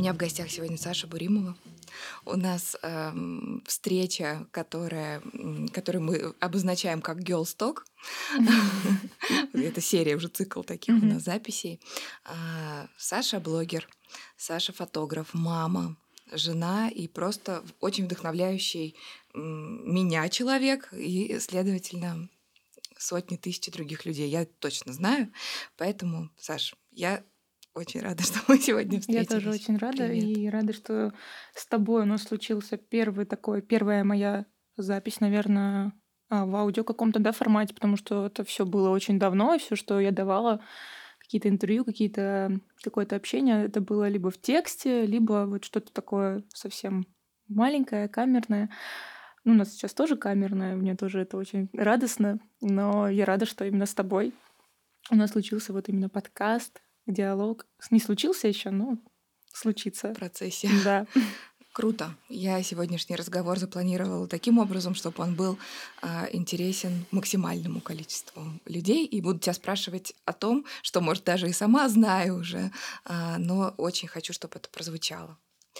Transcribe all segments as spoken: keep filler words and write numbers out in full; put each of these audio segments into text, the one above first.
меня в гостях сегодня Саша Буримова. У нас эм, встреча, которая, м, которую мы обозначаем как Girls Talk. Это серия, уже цикл таких у Мгм. нас записей. А, Саша блогер, Саша фотограф, мама, жена и просто очень вдохновляющий м, меня человек и, следовательно, сотни тысяч других людей. Я это точно знаю. Поэтому, Саш, я очень рада, что мы сегодня Я тоже встретились. очень рада Привет. и рада, что с тобой у нас случился первый такой, первая моя запись, наверное, в аудио каком-то, да, формате, потому что это все было очень давно, и все, что я давала, какие-то интервью, какие-то какое-то общение, это было либо в тексте, либо вот что-то такое совсем маленькое, камерное. Ну, у нас сейчас тоже камерное, мне тоже это очень радостно, но я рада, что именно с тобой у нас случился вот именно подкаст, диалог. Не случился еще, но В случится. процессе. Да. Круто. Я сегодняшний разговор запланировала таким образом, чтобы он был а, интересен максимальному количеству людей. И буду тебя спрашивать о том, что, может, даже и сама знаю уже, а, но очень хочу, чтобы это прозвучало.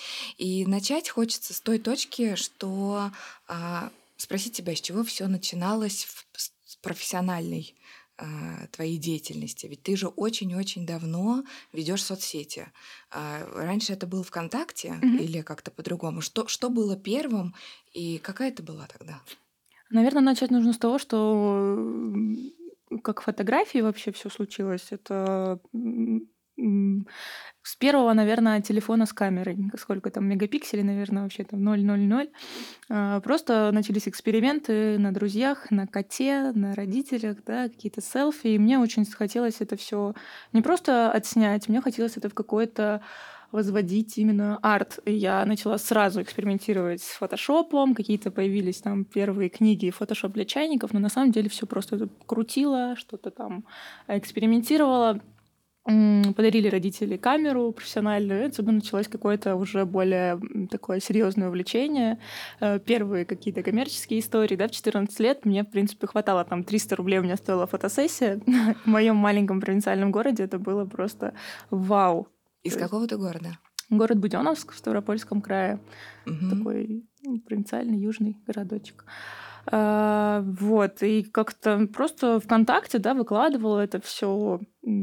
И начать хочется с той точки, что а, спросить тебя, с чего все начиналось в с профессиональной а, твоей деятельности. Ведь ты же очень-очень давно ведешь соцсети. А, Раньше это был ВКонтакте Мгм. или как-то по-другому? Что, что было первым и какая ты была тогда? Наверное, начать нужно с того, что м, как фотографии вообще все случилось. Это м, м, с первого, наверное, телефона с камерой. Сколько там мегапикселей, наверное, вообще там ноль ноль ноль. А, Просто начались эксперименты на друзьях, на коте, на родителях, да, какие-то селфи. И мне очень хотелось это все не просто отснять, мне хотелось это в какой-то возводить именно арт. И я начала сразу экспериментировать с фотошопом, какие-то появились там первые книги фотошоп для чайников, но на самом деле все просто крутила, что-то там экспериментировала. М, Подарили родители камеру профессиональную, и отсюда началось какое-то уже более м, такое серьезное увлечение. Э, Первые какие-то коммерческие истории, да, в четырнадцать лет мне, в принципе, хватало, там, триста рублей у меня стоила фотосессия. В моем маленьком провинциальном городе это было просто вау. Из То есть какого ты города? город Буденновск в Ставропольском крае, Мгм. такой м, провинциальный южный городочек. А, Вот, и как-то просто ВКонтакте, да, выкладывала это все,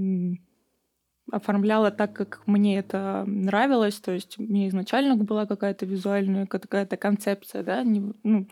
оформляла так, как мне это нравилось. То есть мне изначально была какая-то визуальная, какая-то концепция, да, не- ну,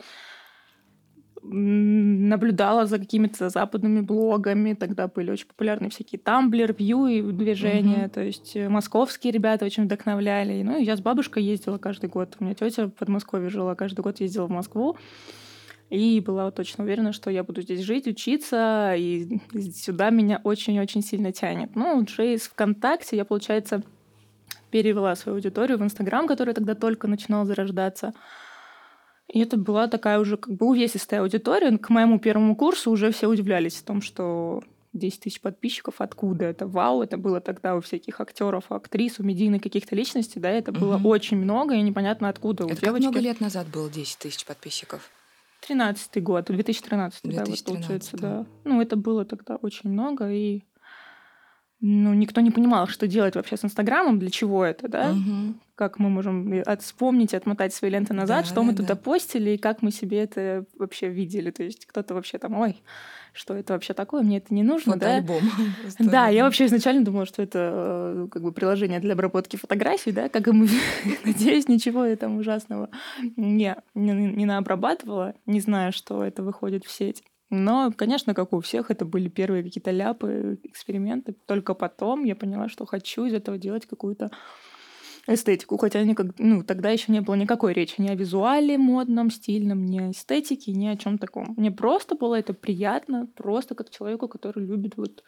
м, наблюдала за какими-то западными блогами. Тогда были очень популярны всякие Тамблер, Вью и движения. Мгм. То есть э, московские ребята очень вдохновляли. Ну, и я с бабушкой ездила каждый год. У меня тетя в Подмосковье жила, каждый год ездила в Москву. И была вот точно уверена, что я буду здесь жить, учиться, и сюда меня очень-очень сильно тянет. Ну, уже из ВКонтакте я, получается, перевела свою аудиторию в Инстаграм, который тогда только начинал зарождаться. И это была такая уже как бы увесистая аудитория. К моему первому курсу уже все удивлялись в том, что десять тысяч подписчиков, откуда это? Вау, это было тогда у всяких актеров, актрис, у медийных каких-то личностей, да, это было Мгм. очень много, и непонятно откуда у Это как много девочки. лет назад было десять тысяч подписчиков? Тринадцатый год, две тысячи В тринадцатый, да, вот получается, две тысячи тринадцатом. да. Ну, это было тогда очень много, и ну, никто не понимал, что делать вообще с Инстаграмом, для чего это, да? Мгм. Как мы можем и от- вспомнить, отмотать свои ленты назад, Да, что да, мы туда да. постили, и как мы себе это вообще видели. То есть кто-то вообще там, ой, что это вообще такое, мне это не нужно, да? Фотоальбом просто, Да, я наверное. вообще изначально думала, что это э, как бы приложение для обработки фотографий, да, как и мы, надеюсь, ничего там ужасного не, не, не наобрабатывала, не зная, что это выходит в сеть. Но, конечно, как у всех, это были первые какие-то ляпы, эксперименты. Только потом я поняла, что хочу из этого делать какую-то эстетику. Хотя никак, ну, тогда еще не было никакой речи ни о визуале модном, стильном, ни о эстетике, ни о чем таком. Мне просто было это приятно, просто как человеку, который любит вот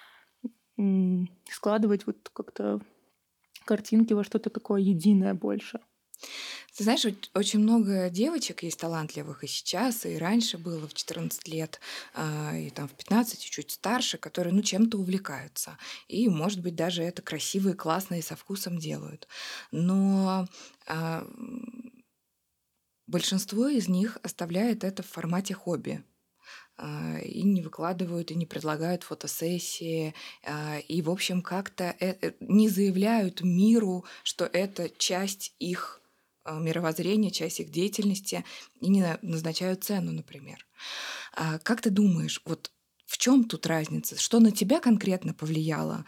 м, складывать вот как-то картинки во что-то такое единое больше. Ты знаешь, оч- очень много девочек есть талантливых и сейчас, и раньше было в четырнадцать лет, а, и там в пятнадцать, и чуть старше, которые, ну, чем-то увлекаются. И, может быть, даже это красиво и классно и со вкусом делают. Но а, м, большинство из них оставляет это в формате хобби. а, и не выкладывают, и не предлагают фотосессии, а, и, в общем, как-то э- э, не заявляют миру, что это часть их а, мировоззрения, часть их деятельности, и не на- назначают цену, например. А как ты думаешь, вот в чем тут разница? Что на тебя конкретно повлияло?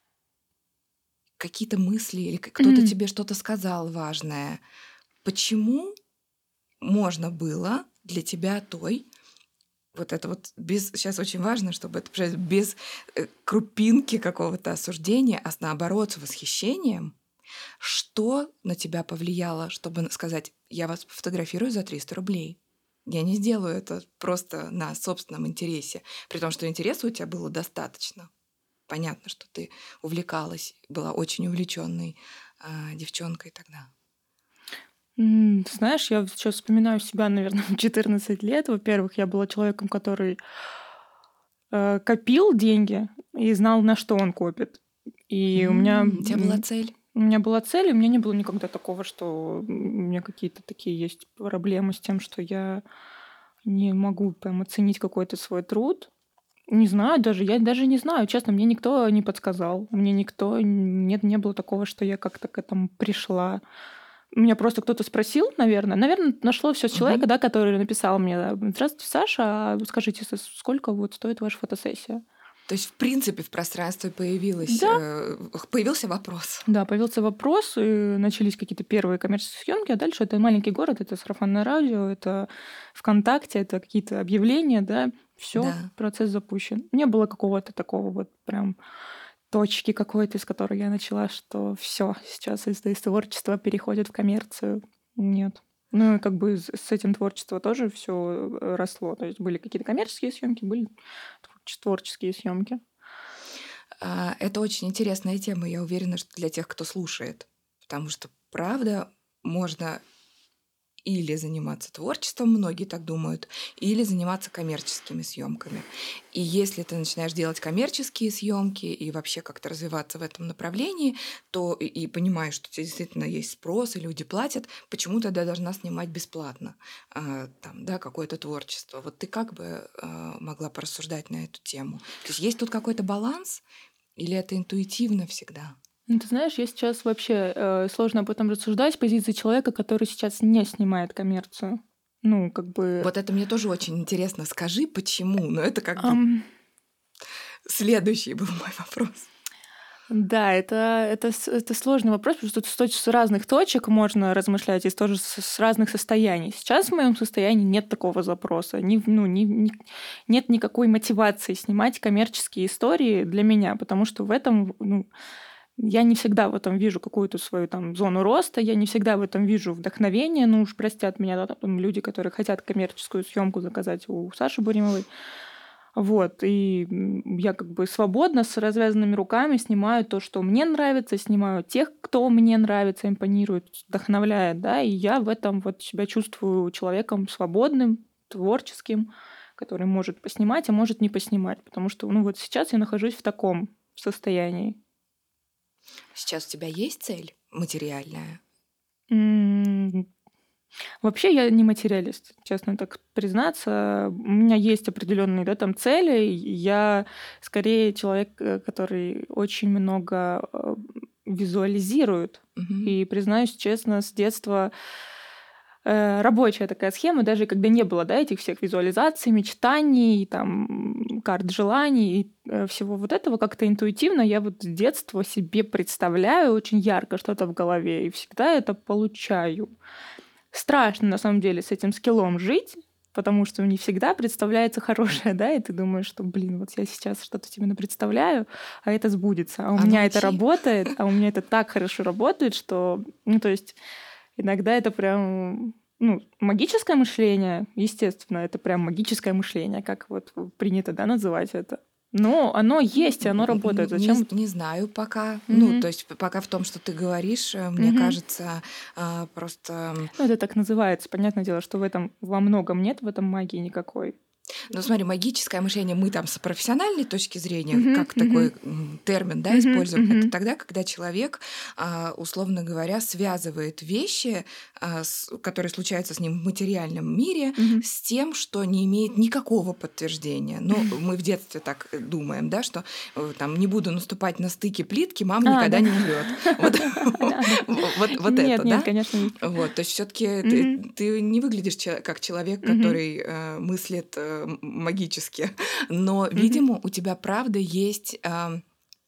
Какие-то мысли или к- кто-то тебе что-то сказал важное? Почему можно было для тебя той, вот это вот без, сейчас очень важно, чтобы это пожалуйста, без э, крупинки какого-то осуждения, а с наоборот с восхищением, что на тебя повлияло, чтобы сказать, я вас фотографирую за триста рублей. Я не сделаю это просто на собственном интересе, при том, что интереса у тебя было достаточно. Понятно, что ты увлекалась, была очень увлеченной а, девчонкой тогда. М, ты знаешь, я вот сейчас вспоминаю себя, наверное, в четырнадцать лет. Во-первых, я была человеком, который э, копил деньги и знал, на что он копит. И у меня, М, У тебя была м, цель? у меня была цель, и у меня не было никогда такого, что м, у меня какие-то такие есть проблемы с тем, что я не могу прям оценить какой-то свой труд. Не знаю даже, я даже не знаю, честно, мне никто не подсказал, мне никто, нет, не было такого, что я как-то к этому пришла. Меня просто кто-то спросил, наверное. Наверное, нашло все с человека, Мгм. да, который написал мне: «Здравствуйте, Саша, а скажите, с сколько вот стоит ваша фотосессия?» То есть, в принципе, в пространстве появилась, Да, э, появился вопрос. да, появился вопрос, и начались какие-то первые коммерческие съемки, а дальше это маленький город, это сарафанное радио, это ВКонтакте, это какие-то объявления, да, все, Да. процесс запущен. Не было какого-то такого вот прям точки какой-то, с которой я начала, что все сейчас из из творчества переходит в коммерцию. Нет. Ну и как бы с с этим творчество тоже все росло. То есть были какие-то коммерческие съемки, были творче творческие съемки. А, Это очень интересная тема, я уверена, что для тех, кто слушает. Потому что, правда, можно или заниматься творчеством, многие так думают, или заниматься коммерческими съемками. И если ты начинаешь делать коммерческие съемки и вообще как-то развиваться в этом направлении, то и, и понимаешь, что у тебя действительно есть спрос, и люди платят, почему тогда должна снимать бесплатно а, там, да, какое-то творчество? Вот ты как бы а, могла порассуждать на эту тему? То есть есть тут какой-то баланс, или это интуитивно всегда? Ну, ты знаешь, я сейчас вообще, э, сложно об этом рассуждать с позиции человека, который сейчас не снимает коммерцию. Ну, как бы, Вот это мне тоже очень интересно. Скажи, почему? Но это как бы ам, следующий был мой вопрос. да, это это с это сложный вопрос, потому что тут с точ с разных точек можно размышлять, и тоже с с разных состояний. Сейчас в моем состоянии нет такого запроса. Ни в ну, ни ни нет никакой мотивации снимать коммерческие истории для меня, потому что в этом, ну, я не всегда в этом вижу какую-то свою там зону роста, я не всегда в этом вижу вдохновение. Ну уж простят меня, да, там люди, которые хотят коммерческую съемку заказать у Саши Буримовой. Вот, и м, я как бы свободно, с развязанными руками снимаю то, что мне нравится, снимаю тех, кто мне нравится, импонирует, вдохновляет, да, и я в этом вот себя чувствую человеком свободным, творческим, который может поснимать, а может не поснимать, потому что, ну вот сейчас я нахожусь в таком состоянии. Сейчас у тебя есть цель материальная? М, Вообще я не материалист, честно так признаться. У меня есть определенные, да, там цели. и Я скорее человек, э, который очень много э, визуализирует. Мгм. И признаюсь честно, с детства э, рабочая такая схема, даже когда не было, да, этих всех визуализаций, мечтаний, там, м, карт желаний и э, всего вот этого, как-то интуитивно я вот с детства себе представляю очень ярко что-то в голове и всегда это получаю. Страшно, на самом деле, с этим скиллом жить, потому что не всегда представляется хорошее, да, и ты думаешь, что, блин, вот я сейчас что-то тебе напредставляю, а это сбудется. А у А меня это научи. работает, а у меня это так хорошо работает, что, ну, то есть иногда это прям, ну, магическое мышление, естественно, это прям магическое мышление, как вот принято, да, называть это. Но оно Ну, есть, и оно н- н- работает. не, Зачем? з- не знаю пока. Ну, Мгм. то есть п- пока в том, что ты говоришь, э, мне Мгм. кажется, а, просто м, Ну, это так называется. Понятное дело, что в этом во многом нет в этом магии никакой. Ну, смотри, магическое мышление мы там с профессиональной точки зрения, Мгм, как такой мгм, м, термин, да, мгм, используем, это мгм. тогда, когда человек, а, условно говоря, связывает вещи, а, с- которые случаются с ним в материальном мире, Мгм. с тем, что не имеет никакого подтверждения. Ну, мы в детстве так э, думаем, да, что э, там не буду наступать на стыке плитки, мама А, никогда да. не умрет. Вот, Да, да. вот, вот Нет, это, нет, да? конечно, нет. Вот, то есть все-таки ты, Мгм, ты не выглядишь че- как человек, мгм, который э, мыслит э, м- магически, но, мгм, видимо, у тебя правда есть ам,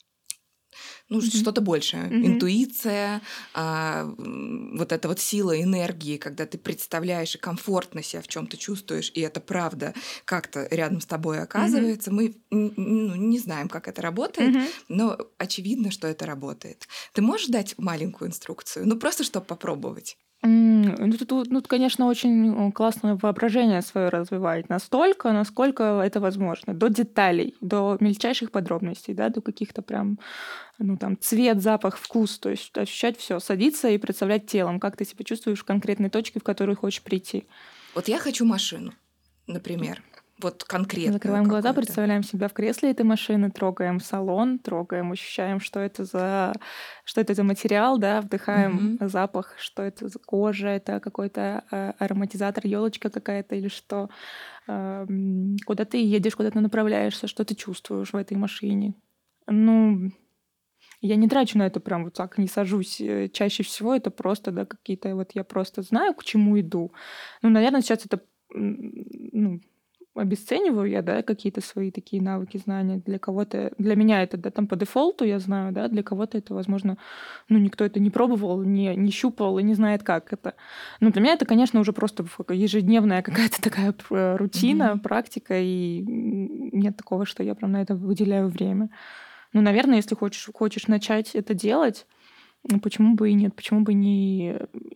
ну, мгм, что-то большее, мгм, интуиция, а, м, вот эта вот сила энергии, когда ты представляешь и комфортно себя в чем-то чувствуешь, и это правда как-то рядом с тобой мгм, оказывается. Мы н- ну, не знаем, как это работает, мгм. но очевидно, что это работает. Ты можешь дать маленькую инструкцию? Ну, просто чтобы попробовать. М, ну, тут, вот, ну, конечно, очень м, классно воображение свое развивать настолько, насколько это возможно, до деталей, до мельчайших подробностей, да, до каких-то прям, ну, там, цвет, запах, вкус, то есть ощущать все, садиться и представлять телом, как ты себя чувствуешь в конкретной точке, в которую хочешь прийти. Вот я хочу машину, например, вот конкретную Закрываем глаза, какую-то. представляем себя в кресле этой машины, трогаем салон, трогаем, ощущаем, что это за, что это за материал, да, вдыхаем Мгм. запах, что это за кожа, это какой-то э, ароматизатор, елочка какая-то или что. А, м, Куда ты едешь, куда ты направляешься, что ты чувствуешь в этой машине. Ну, я не трачу на это прям вот так, не сажусь. Э, Чаще всего это просто, да, какие-то вот я просто знаю, к чему иду. Ну, наверное, сейчас это м, ну, обесцениваю я, да, какие-то свои такие навыки, знания. Для кого-то, для меня это, да, там по дефолту я знаю, да, для кого-то это, возможно, ну, никто это не пробовал, не, не щупал и не знает, как это. Ну, для меня это, конечно, уже просто ф- ежедневная какая-то такая э, рутина, Мгм. практика, и м, нет такого, что я прям на это выделяю время. Ну, наверное, если хочешь, хочешь начать это делать, ну, почему бы и нет? Почему бы не,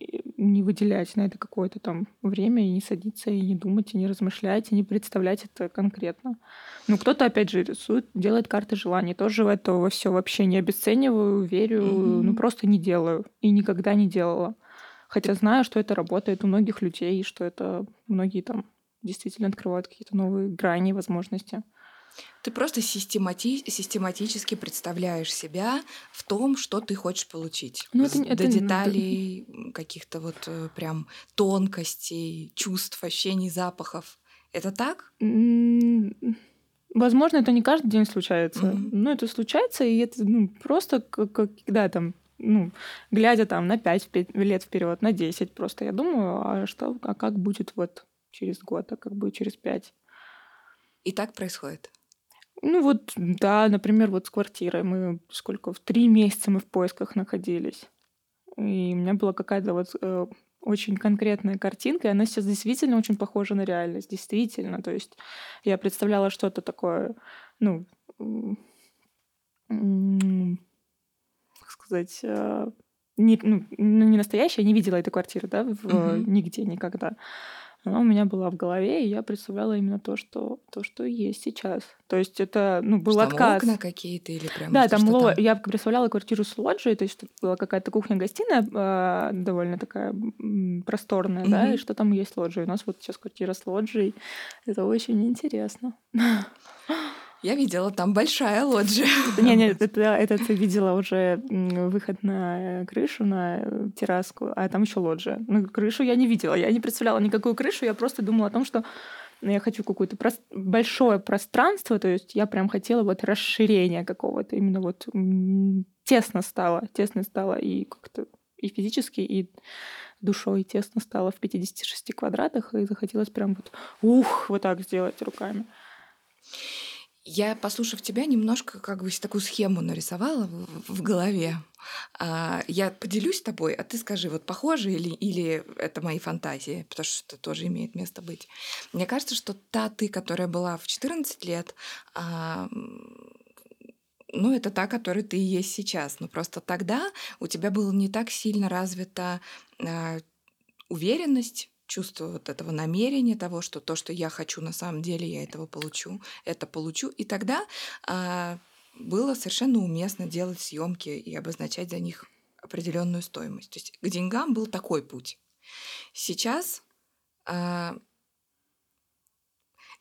не выделять на это какое-то там время и не садиться, и не думать, и не размышлять, и не представлять это конкретно? Ну, кто-то, опять же, рисует, делает карты желаний. Тоже в это во все вообще не обесцениваю, верю, ну, Мгм. просто не делаю. И никогда не делала. Ты Хотя знаю, что это работает у многих людей, и что это многие там действительно открывают какие-то новые грани, возможности. Ты просто системати- систематически представляешь себя в том, что ты хочешь получить. Ну, это, С- не- До это н- д- деталей, м, каких-то вот э, прям тонкостей, чувств, ощущений, запахов. Это так? м, Возможно, это не каждый день случается, Мгм. но это случается, и это ну, просто как, как- когда там, ну, глядя там на пять лет вперед, на десять, просто я думаю, а что, а как будет вот через год, а как будет через пять. И так происходит. Ну вот, да, например, вот с квартирой мы сколько, в три месяца мы в поисках находились. И у меня была какая-то вот э, очень конкретная картинка, и она сейчас действительно очень похожа на реальность, действительно. То есть я представляла что-то такое, ну, м, м, как сказать, э, не, ну, ну, не настоящая, я не видела этой квартиры, да, в, Мгм. нигде никогда. Она у меня была в голове, и я представляла именно то, что, то, что есть сейчас. То есть это, ну, был Что там окна отказ. какие-то или прям Да, что, там что ло... там? я представляла квартиру с лоджией, то есть тут была какая-то кухня-гостиная а, довольно такая м, просторная, да, и Мгм. что там есть лоджия. У нас вот сейчас квартира с лоджией. Это очень интересно. Я видела, там большая лоджия. Это, не, не, Вот. это, это ты видела уже м, выход на э, крышу, на э, терраску, а там еще лоджия. Ну, крышу я не видела, я не представляла никакую крышу, я просто думала о том, что ну, я хочу какое-то прос- большое пространство, то есть я прям хотела вот расширения какого-то, именно вот м, тесно стало, тесно стало и как-то и физически, и душой тесно стало в пятидесяти шести квадратах, и захотелось прям вот ух, вот так сделать руками. Я, послушав тебя, немножко как бы такую схему нарисовала в, в голове. А, я поделюсь с тобой, а ты скажи, вот похоже или, или это мои фантазии, потому что это тоже имеет место быть. Мне кажется, что та ты, которая была в четырнадцать лет, а, м, ну, это та, которая ты и есть сейчас. Но просто тогда у тебя было не так сильно развита а, уверенность, чувство вот этого намерения, того, что то, что я хочу на самом деле, я этого получу, это получу. И тогда а, было совершенно уместно делать съемки и обозначать за них определенную стоимость. То есть к деньгам был такой путь. Сейчас а,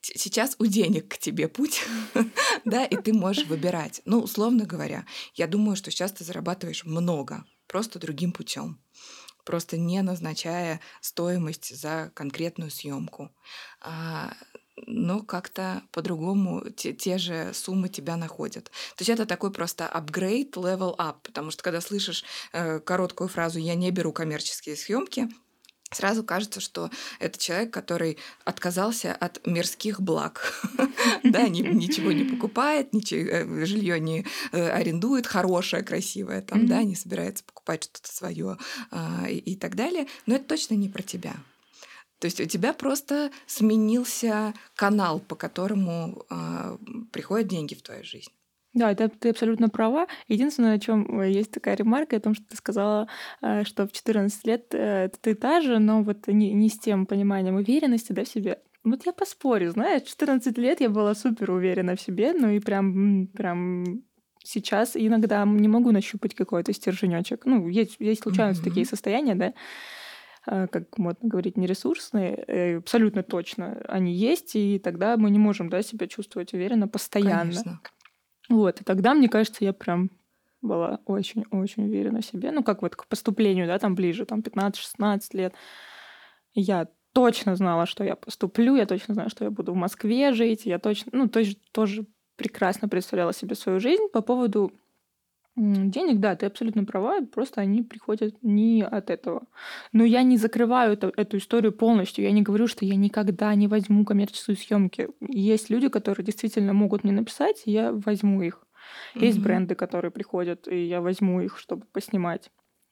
сейчас у денег к тебе путь, да, и ты можешь выбирать. Ну, условно говоря, я думаю, что сейчас ты зарабатываешь много, просто другим путем, просто не назначая стоимость за конкретную съемку. А, но как-то по-другому те, те же суммы тебя находят. То есть это такой просто upgrade, level up, потому что когда слышишь э, короткую фразу «я не беру коммерческие съемки», сразу кажется, что это человек, который отказался от мирских благ. Да, ничего не покупает, жилье не арендует, хорошее, красивое, там, да, не собирается покупать что-то свое и так далее. Но это точно не про тебя. То есть у тебя просто сменился канал, по которому приходят деньги в твою жизнь. Да, это ты абсолютно права. Единственное, о чем есть такая ремарка, о том, что ты сказала, что в четырнадцать лет ты та же, но вот не, не с тем пониманием уверенности, да, в себе. Вот я поспорю, знаешь, в четырнадцать лет я была супер уверена в себе, ну и прям, прям сейчас иногда не могу нащупать какой-то стерженечек. Ну, есть, есть случаются mm-hmm. такие состояния, да, как модно говорить, нересурсные, абсолютно точно они есть, и тогда мы не можем, да, себя чувствовать уверенно постоянно. Конечно. Вот, и тогда, мне кажется, я прям была очень-очень уверена в себе. Ну, как вот к поступлению, да, там ближе, там пятнадцать-шестнадцать лет. Я точно знала, что я поступлю, я точно знала, что я буду в Москве жить, я точно, ну, то есть тоже прекрасно представляла себе свою жизнь. По поводу денег, да, ты абсолютно права, просто они приходят не от этого. Но я не закрываю это, эту историю полностью. Я не говорю, что я никогда не возьму коммерческую съемки. Есть люди, которые действительно могут мне написать, и я возьму их. Mm-hmm. Есть бренды, которые приходят, и я возьму их, чтобы поснимать.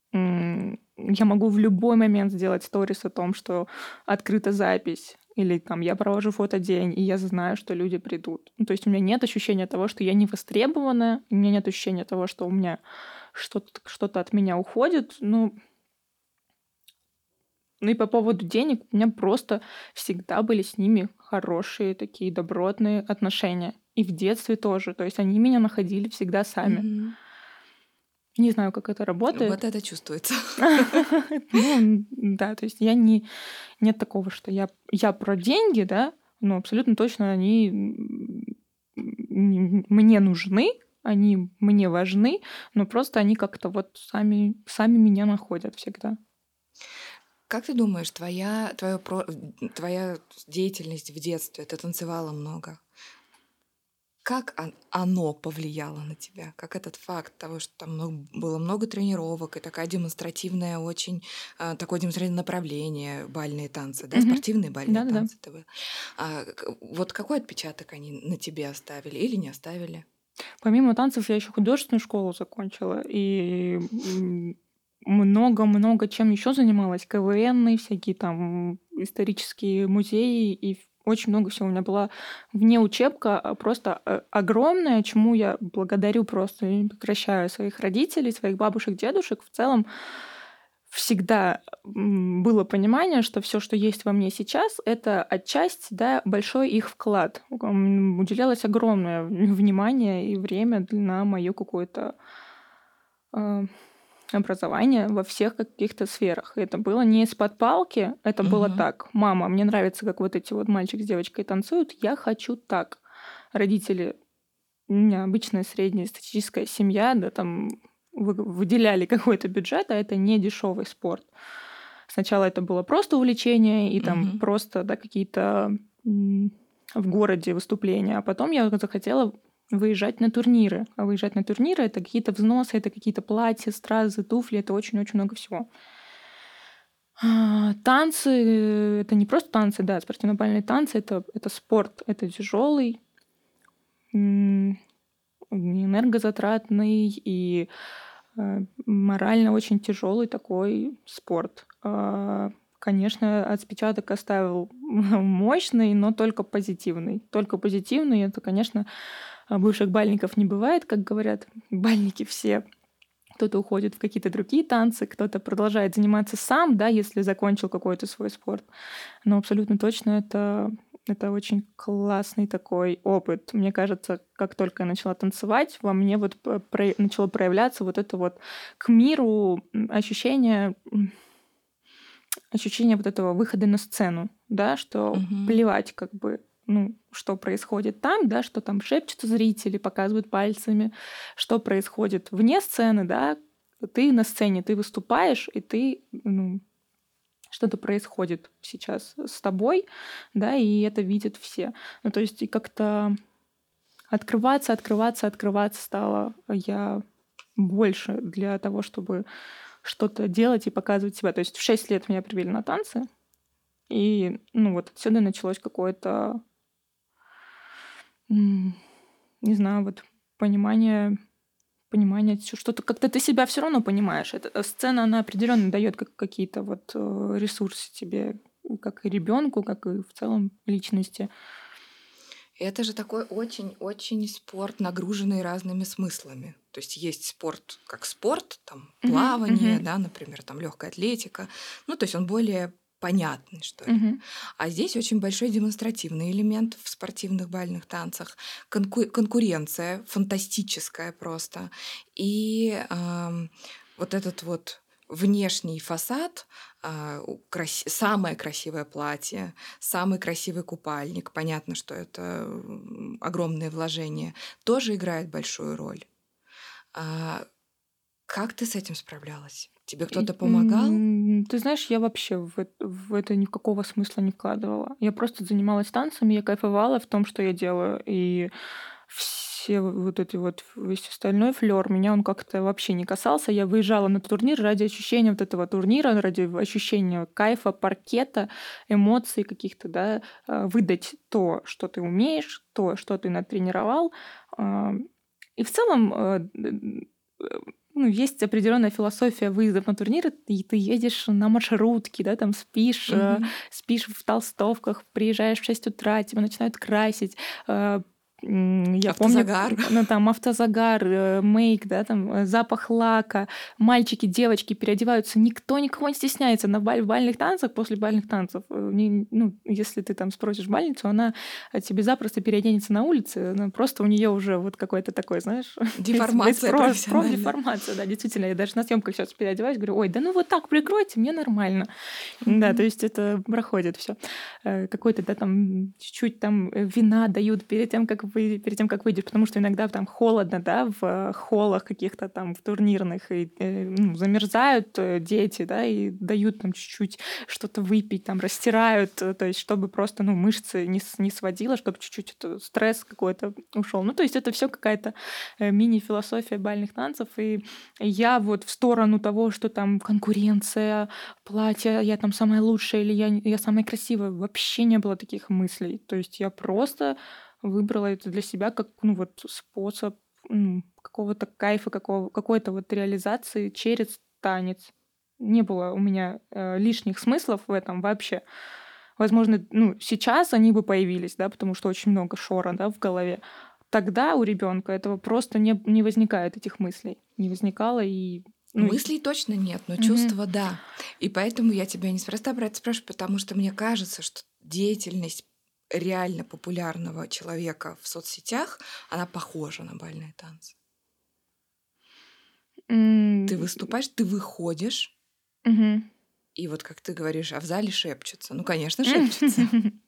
Я могу в любой момент сделать сторис о том, что открыта запись, или там я провожу фотодень, и я знаю, что люди придут. Ну, то есть у меня нет ощущения того, что я не востребована, у меня нет ощущения того, что у меня что-то, что-то от меня уходит. Ну, ну и по поводу денег, у меня просто всегда были с ними хорошие такие добротные отношения. И в детстве тоже. То есть они меня находили всегда сами. Mm-hmm. Не знаю, как это работает. Вот это чувствуется. Ну, да, то есть я не... Нет такого, что я, я про деньги, да, но абсолютно точно они мне нужны, они мне важны, но просто они как-то вот сами, сами меня находят всегда. Как ты думаешь, твоя, твоя, твоя деятельность в детстве, ты танцевала много, как оно повлияло на тебя? Как этот факт того, что там много, было много тренировок и такая демонстративная, очень а, такое демонстративное направление, бальные танцы, да, mm-hmm. спортивные бальные Да-да-да. танцы. Т.в. А, вот какой отпечаток они на тебе оставили или не оставили? Помимо танцев я еще художественную школу закончила и много-много чем еще занималась. КВН, всякие там исторические музеи и очень много всего. У меня была внеучебка просто огромная, чему я благодарю просто, не прекращаю своих родителей, своих бабушек, дедушек. В целом всегда было понимание, что все, что есть во мне сейчас, это отчасти, да, большой их вклад. Уделялось огромное внимание и время на мое какое-то э, образование во всех каких-то сферах. Это было не из-под палки, это uh-huh. было так. Мама, мне нравится, как вот эти вот мальчик с девочкой танцуют, я хочу так. Родители, у меня обычная средняя статистическая семья, да, там выделяли какой-то бюджет, а это не дешевый спорт. Сначала это было просто увлечение и там uh-huh. просто, да, какие-то м- в городе выступления, а потом я захотела выезжать на турниры. А выезжать на турниры — это какие-то взносы, это какие-то платья, стразы, туфли, это очень-очень много всего. А, танцы — это не просто танцы, да, спортивно-бальные танцы — это, это спорт, это тяжелый, энергозатратный и морально очень тяжелый такой спорт. Конечно, отпечаток оставил мощный, но только позитивный. Только позитивный. Это, конечно, бывших бальников не бывает, как говорят. Бальники все. Кто-то уходит в какие-то другие танцы, кто-то продолжает заниматься сам, да, если закончил какой-то свой спорт. Но абсолютно точно это, это очень классный такой опыт. Мне кажется, как только я начала танцевать, во мне вот про- начало проявляться вот это вот к миру ощущение, ощущение вот этого выхода на сцену, да, что Мгм. плевать, как бы, ну, что происходит там, да, что там шепчутся зрители, показывают пальцами, что происходит вне сцены, да, ты на сцене, ты выступаешь, и ты, ну, что-то происходит сейчас с тобой, да, и это видят все. Ну, то есть и как-то открываться, открываться, открываться стала я больше для того, чтобы что-то делать и показывать себя. То есть в шесть лет меня привели на танцы, и, ну, вот отсюда началось какое-то, м, не знаю, вот понимание, понимание, чё- что-то как-то ты себя все равно понимаешь. Эта э, сцена, она определенно дает как, какие-то вот э, ресурсы тебе, э, как и ребенку, как и в целом личности. Это же такой очень-очень спорт, нагруженный разными смыслами. То есть есть спорт как спорт, там Мгм, плавание, мгм, да, например, там легкая атлетика. Ну, то есть он более понятный, что ли. мгм, А здесь очень большой демонстративный элемент в спортивных бальных танцах, конку- конкуренция фантастическая просто. И ам, вот этот вот внешний фасад, а, у- крас- самое красивое платье, самый красивый купальник, понятно, что это м, огромное вложение, тоже играет большую роль. А как ты с этим справлялась? Тебе И, кто-то помогал? м, ты знаешь, я вообще в, эт- в это никакого смысла не вкладывала. Я просто занималась танцами, я кайфовала в том, что я делаю. И все вот эти вот, весь остальной флер, меня он как-то вообще не касался. Я выезжала на турнир ради ощущения вот этого турнира, ради ощущения кайфа, паркета, эмоций каких-то, да, а, выдать то, что ты умеешь, то, что ты натренировал. А, И в целом э, д- э, ну, есть определенная философия выездов на турниры, и ты едешь на маршрутке, да, там спишь, э, Мгм. спишь в толстовках, приезжаешь в шесть утра, тебя начинают красить. э, м, Я помню, Автозагар. ну, там автозагар, э, мейк, да, там э, запах лака, мальчики, девочки переодеваются, никто никого не стесняется на баль- в бальных танцах, после бальных танцев. э, не- ну, если ты там спросишь бальницу, она э, тебе запросто переоденется на улице, она просто у нее уже вот какой-то такой, знаешь, весь, весь Деформация про- профессиональная. профдеформация, да, действительно. Я даже на съемках сейчас переодеваюсь, говорю, ой, да ну вот так прикройте, мне нормально. Да, то Мгм. есть это проходит все. Какой-то, да, там чуть-чуть там э, вина дают перед тем, как вы, перед тем, как выйдешь, потому что иногда там холодно, да, в э, холлах каких-то там в турнирных, и э, ну, замерзают э, дети, да, и дают там чуть-чуть что-то выпить, там растирают, э, то есть чтобы просто, ну, мышцы не, с- не сводило, чтобы чуть-чуть это, стресс какой-то ушел. Ну, то есть это все какая-то э, мини-философия бальных танцев, и я вот в сторону того, что там конкуренция, платье, я там самая лучшая или я, не- я самая красивая, вообще не было таких мыслей. То есть я просто выбрала это для себя как, ну, вот способ ну, какого-то кайфа, какого, какой-то вот реализации через танец. Не было у меня э, лишних смыслов в этом вообще. Возможно, ну, сейчас они бы появились, да, потому что очень много шора, да, в голове. Тогда у ребенка этого просто не, не возникает, этих мыслей. Не возникало, и ну, и- Мыслей точно нет, но Мгм. чувства да. И поэтому я тебя неспроста про это спрашиваю, потому что мне кажется, что деятельность реально популярного человека в соцсетях, она похожа на бальные танцы. Ты М, выступаешь, ты выходишь, мгм. и вот как ты говоришь, а в зале шепчутся. Ну, конечно, шепчутся.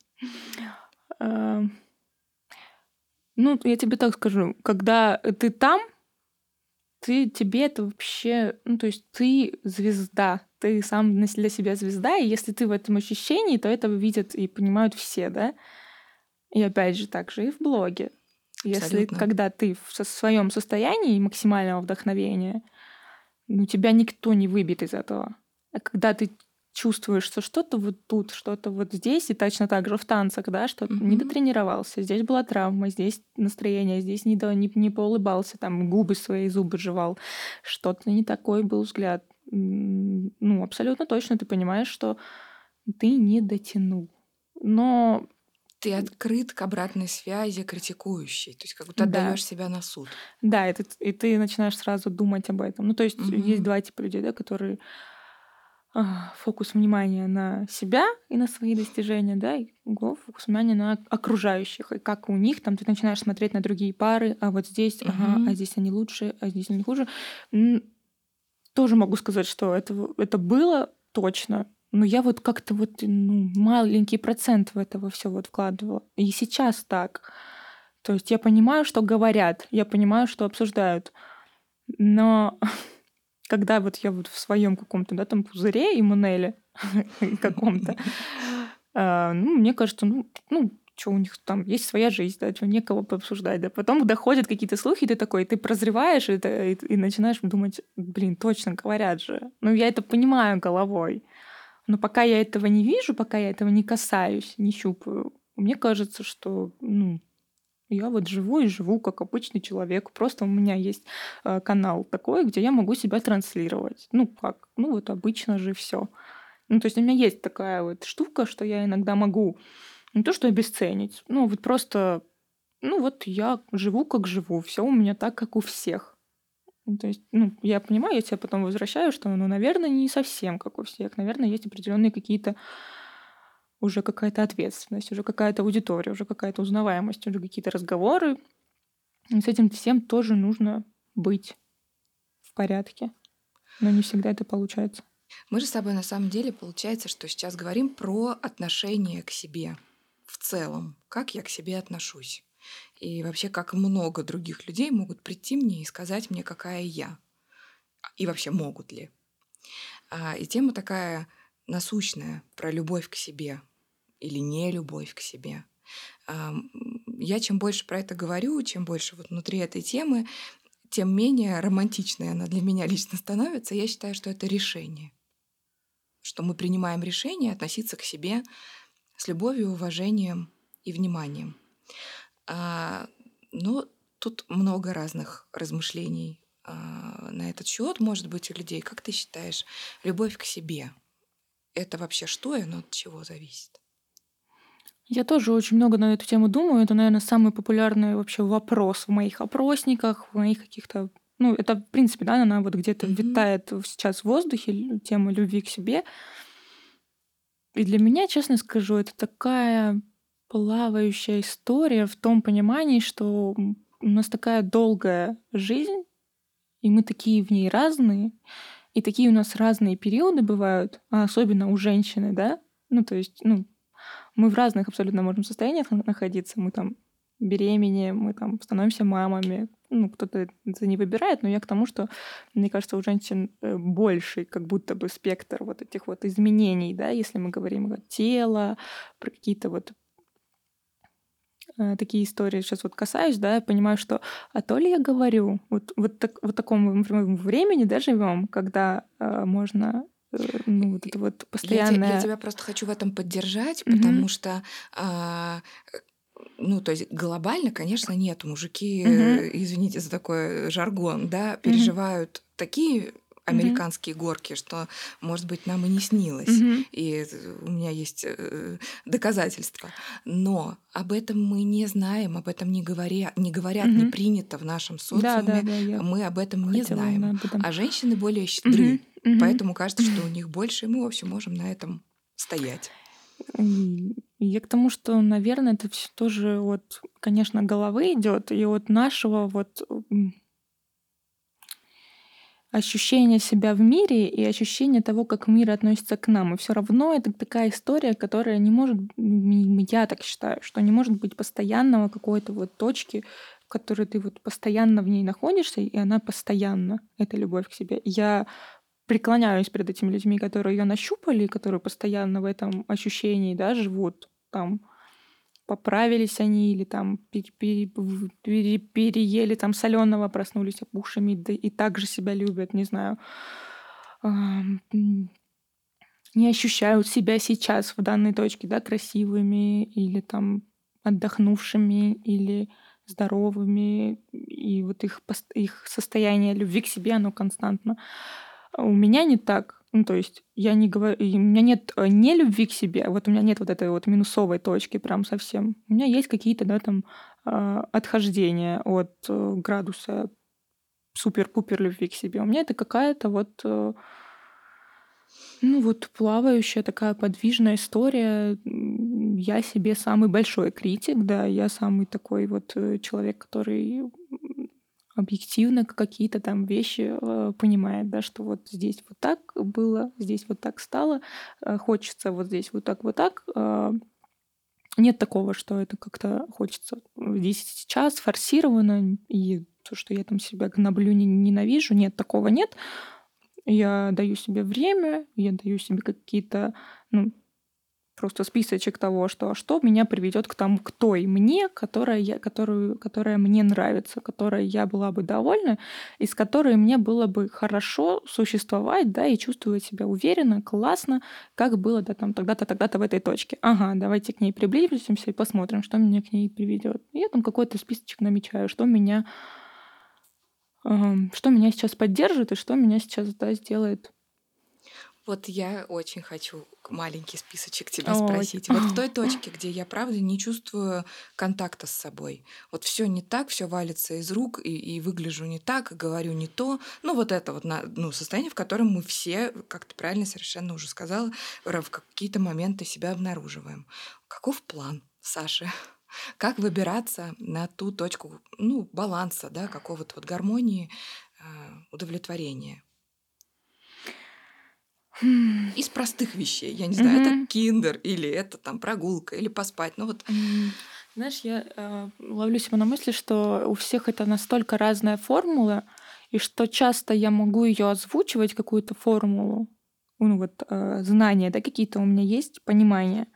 А, Ну, я тебе так скажу, когда ты там, ты тебе это вообще, ну, то есть ты звезда, ты сам на с- для себя звезда, и если ты в этом ощущении, то это видят и понимают все, да? И опять же, так же и в блоге. Если Абсолютно. когда ты в со- своем состоянии максимального вдохновения, ну, тебя никто не выбьет из этого. А когда ты чувствуешь, что что-то вот тут, что-то вот здесь, и точно так же в танцах, да, что не Мгм. дотренировался, здесь была травма, здесь настроение, здесь не, до, не, не поулыбался, там губы свои, зубы жевал, что-то не такой был взгляд. М, Ну, абсолютно точно ты понимаешь, что ты не дотянул. Но Ты открыт к обратной связи критикующей, то есть как будто да, отдаешь себя на суд. да, и ты, и ты начинаешь сразу думать об этом. Ну, то есть есть Мгм. два типа людей, да, которые а, фокус внимания на себя и на свои достижения, да, и го- фокус внимания на окружающих, и как у них, там ты начинаешь смотреть на другие пары, а вот здесь, ага, а Мгм. здесь они лучше, а здесь они хуже. М, Тоже могу сказать, что это, в- это было точно, но я вот как-то вот, ну, маленький процент в это во всё вот вкладывала. И сейчас так. То есть я понимаю, что говорят, я понимаю, что обсуждают. Но когда вот я вот в своем каком-то, да, там пузыре Эммануэля каком-то, а, ну, мне кажется, ну ну, чё у них там есть своя жизнь, да, чё некого пообсуждать, да. Потом доходят какие-то слухи, ты такой, ты прозреваешь, и ты и и начинаешь думать: "Блин, точно, говорят же". Ну, я это понимаю головой. Но пока я этого не вижу, пока я этого не касаюсь, не щупаю, мне кажется, что, ну, я вот живу и живу как обычный человек. Просто у меня есть, э, канал такой, где я могу себя транслировать. Ну как, ну вот обычно же всё. Ну, то есть у меня есть такая вот штука, что я иногда могу не то что обесценить, ну вот просто, ну вот я живу как живу, всё у меня так, как у всех. Ну, то есть, ну, я понимаю, я те потом возвращаю, что, ну, наверно, не совсем как у всех. Наверно, есть определенные какие-то уже какая-то ответственность, уже какая-то аудитория, уже какая-то узнаваемость, уже какие-то разговоры. И с этим всем тоже нужно быть в порядке. Но не всегда это получается. Мы же с тобой на самом деле, получается, что сейчас говорим про отношение к себе в целом. Как я к себе отношусь. И вообще, как много других людей могут прийти мне и сказать мне, какая я. И вообще, могут ли. А, и тема такая насущная про любовь к себе или нелюбовь к себе. Ам, я чем больше про это говорю, чем больше вот внутри этой темы, тем менее романтичной она для меня лично становится. Я считаю, что это решение. Что мы принимаем решение относиться к себе с любовью, уважением и вниманием. А, но тут много разных размышлений, а, на этот счет может быть у людей. Как ты считаешь, любовь к себе- это вообще что и оно от чего зависит? Я тоже очень много на эту тему думаю. Это, наверно, самый популярный вообще вопрос в моих опросниках, в моих каких-то ну, это, в принципе, да, она вот где-то Мгм. витает в сейчас в воздухе, ль тема любви к себе. И для меня, честно скажу, это такая плавающая история в том понимании, что, м, у нас такая долгая жизнь, и мы такие в ней разные, и такие у нас разные периоды бывают, а особенно у женщины, да. Ну, то есть, ну, мы в разных абсолютно можем состояниях н находиться. Мы там беременеем, мы там становимся мамами. Ну, кто-то это не выбирает, но я к тому, что, мне кажется, у женщин, э, больший как будто бы спектр вот этих вот изменений, да, если мы говорим про тело, про какие-то вот э, такие истории щас вот касаюсь, да, я понимаю, что а то ли я говорю, вот вот так вот таком в времени, да, живём, когда, э, можно, э, ну, вот это вот Я те я постоянное тебя просто хочу в этом поддержать, Мгм. потому что, а, э, ну, то есть глобально, конечно, нет. Мужики, Мгм. э, извините за такой жаргон, да, Мгм. переживают такие Мгм. американские горки, что, может быть, нам и не снилось. Мгм. И т у меня есть, э, доказательства. Но об этом мы не знаем, об этом не говоря не говорят, не Мгм. принято в нашем социуме. Да-да-да, я Мы об этом не хотела именно знаем. об этом. А женщины более Мгм. щедры, Мгм. поэтому кажется, что у них больше, и мы, в общем, можем на этом стоять. И я к тому, что, наверно, это всё тоже от, конечно, головы идёт и от нашего вот, м ощущения себя в мире и ощущения того, как мир относится к нам. И всё равно это такая история, которая не может, м, я так считаю, что не может быть постоянного какой-то вот точки, в которой ты вот постоянно в ней находишься, и она постоянна, эта любовь к себе. Я преклоняюсь перед этими людьми, которые её нащупали, которые постоянно в этом ощущении, да, живут. Там поправились они или там пере пере в пере переели там солёного, проснулись опухшими, да и так же себя любят, не знаю. Ам, м, не ощущают себя сейчас в данной точке, да, красивыми или там отдохнувшими, или здоровыми. И вот их пост их состояние любви к себе, оно константно. А у меня не так. Ну, то есть я не гово и у меня нет нелюбви к себе, вот у меня нет вот этой вот минусовой точки прям совсем. У меня есть какие-то, да, там, а, отхождения от градуса супер-пупер любви к себе. У меня это какая-то вот, э ну, вот плавающая такая подвижная история. М, я себе самый большой критик, да, я самый такой вот, э, человек, который, м объективно какие-то там вещи э, понимает, да, что вот здесь вот так было, здесь вот так стало, э, хочется вот здесь вот так, вот так. э, Нет такого, что это как-то хочется здесь и сейчас, форсировано, и то, что я там себя гноблю, не- ненавижу, нет, такого нет. Я даю себе время, я даю себе какие-то, ну, просто списочек того, что что меня приведет к тому, к той мне, которая, я, которую, которая мне нравится, которой я была бы довольна, и с которой мне было бы хорошо существовать, да, и чувствовать себя уверенно, классно, как было, да, там тогда-то, тогда-то в этой точке. Ага, давайте к ней приблизимся и посмотрим, что меня к ней приведет. И я там какой-то списочек намечаю, что меня, эм, что меня сейчас поддержит и что меня сейчас, да, сделает. Вот я очень хочу к- маленький списочек тебя Ой. спросить. Вот в той точке, где я правда не чувствую контакта с собой. Вот все не так, все валится из рук, и, и выгляжу не так, и говорю не то. Ну, вот это вот на- ну, состояние, в котором мы все, как ты правильно совершенно уже сказала, ра- в какие-то моменты себя обнаруживаем. Каков план, Саши? Как выбираться на ту точку, ну, баланса, да, какого-то вот гармонии, э, удовлетворения? Из простых вещей. Я не знаю, это Мгм. киндер или это там прогулка или поспать. Ну вот М, Знаешь, я э, ловлю себя на мысли, что у всех это настолько разная формула, и что часто я могу ее озвучивать, какую-то формулу, ну вот э, знания, да, какие-то у меня есть, понимания,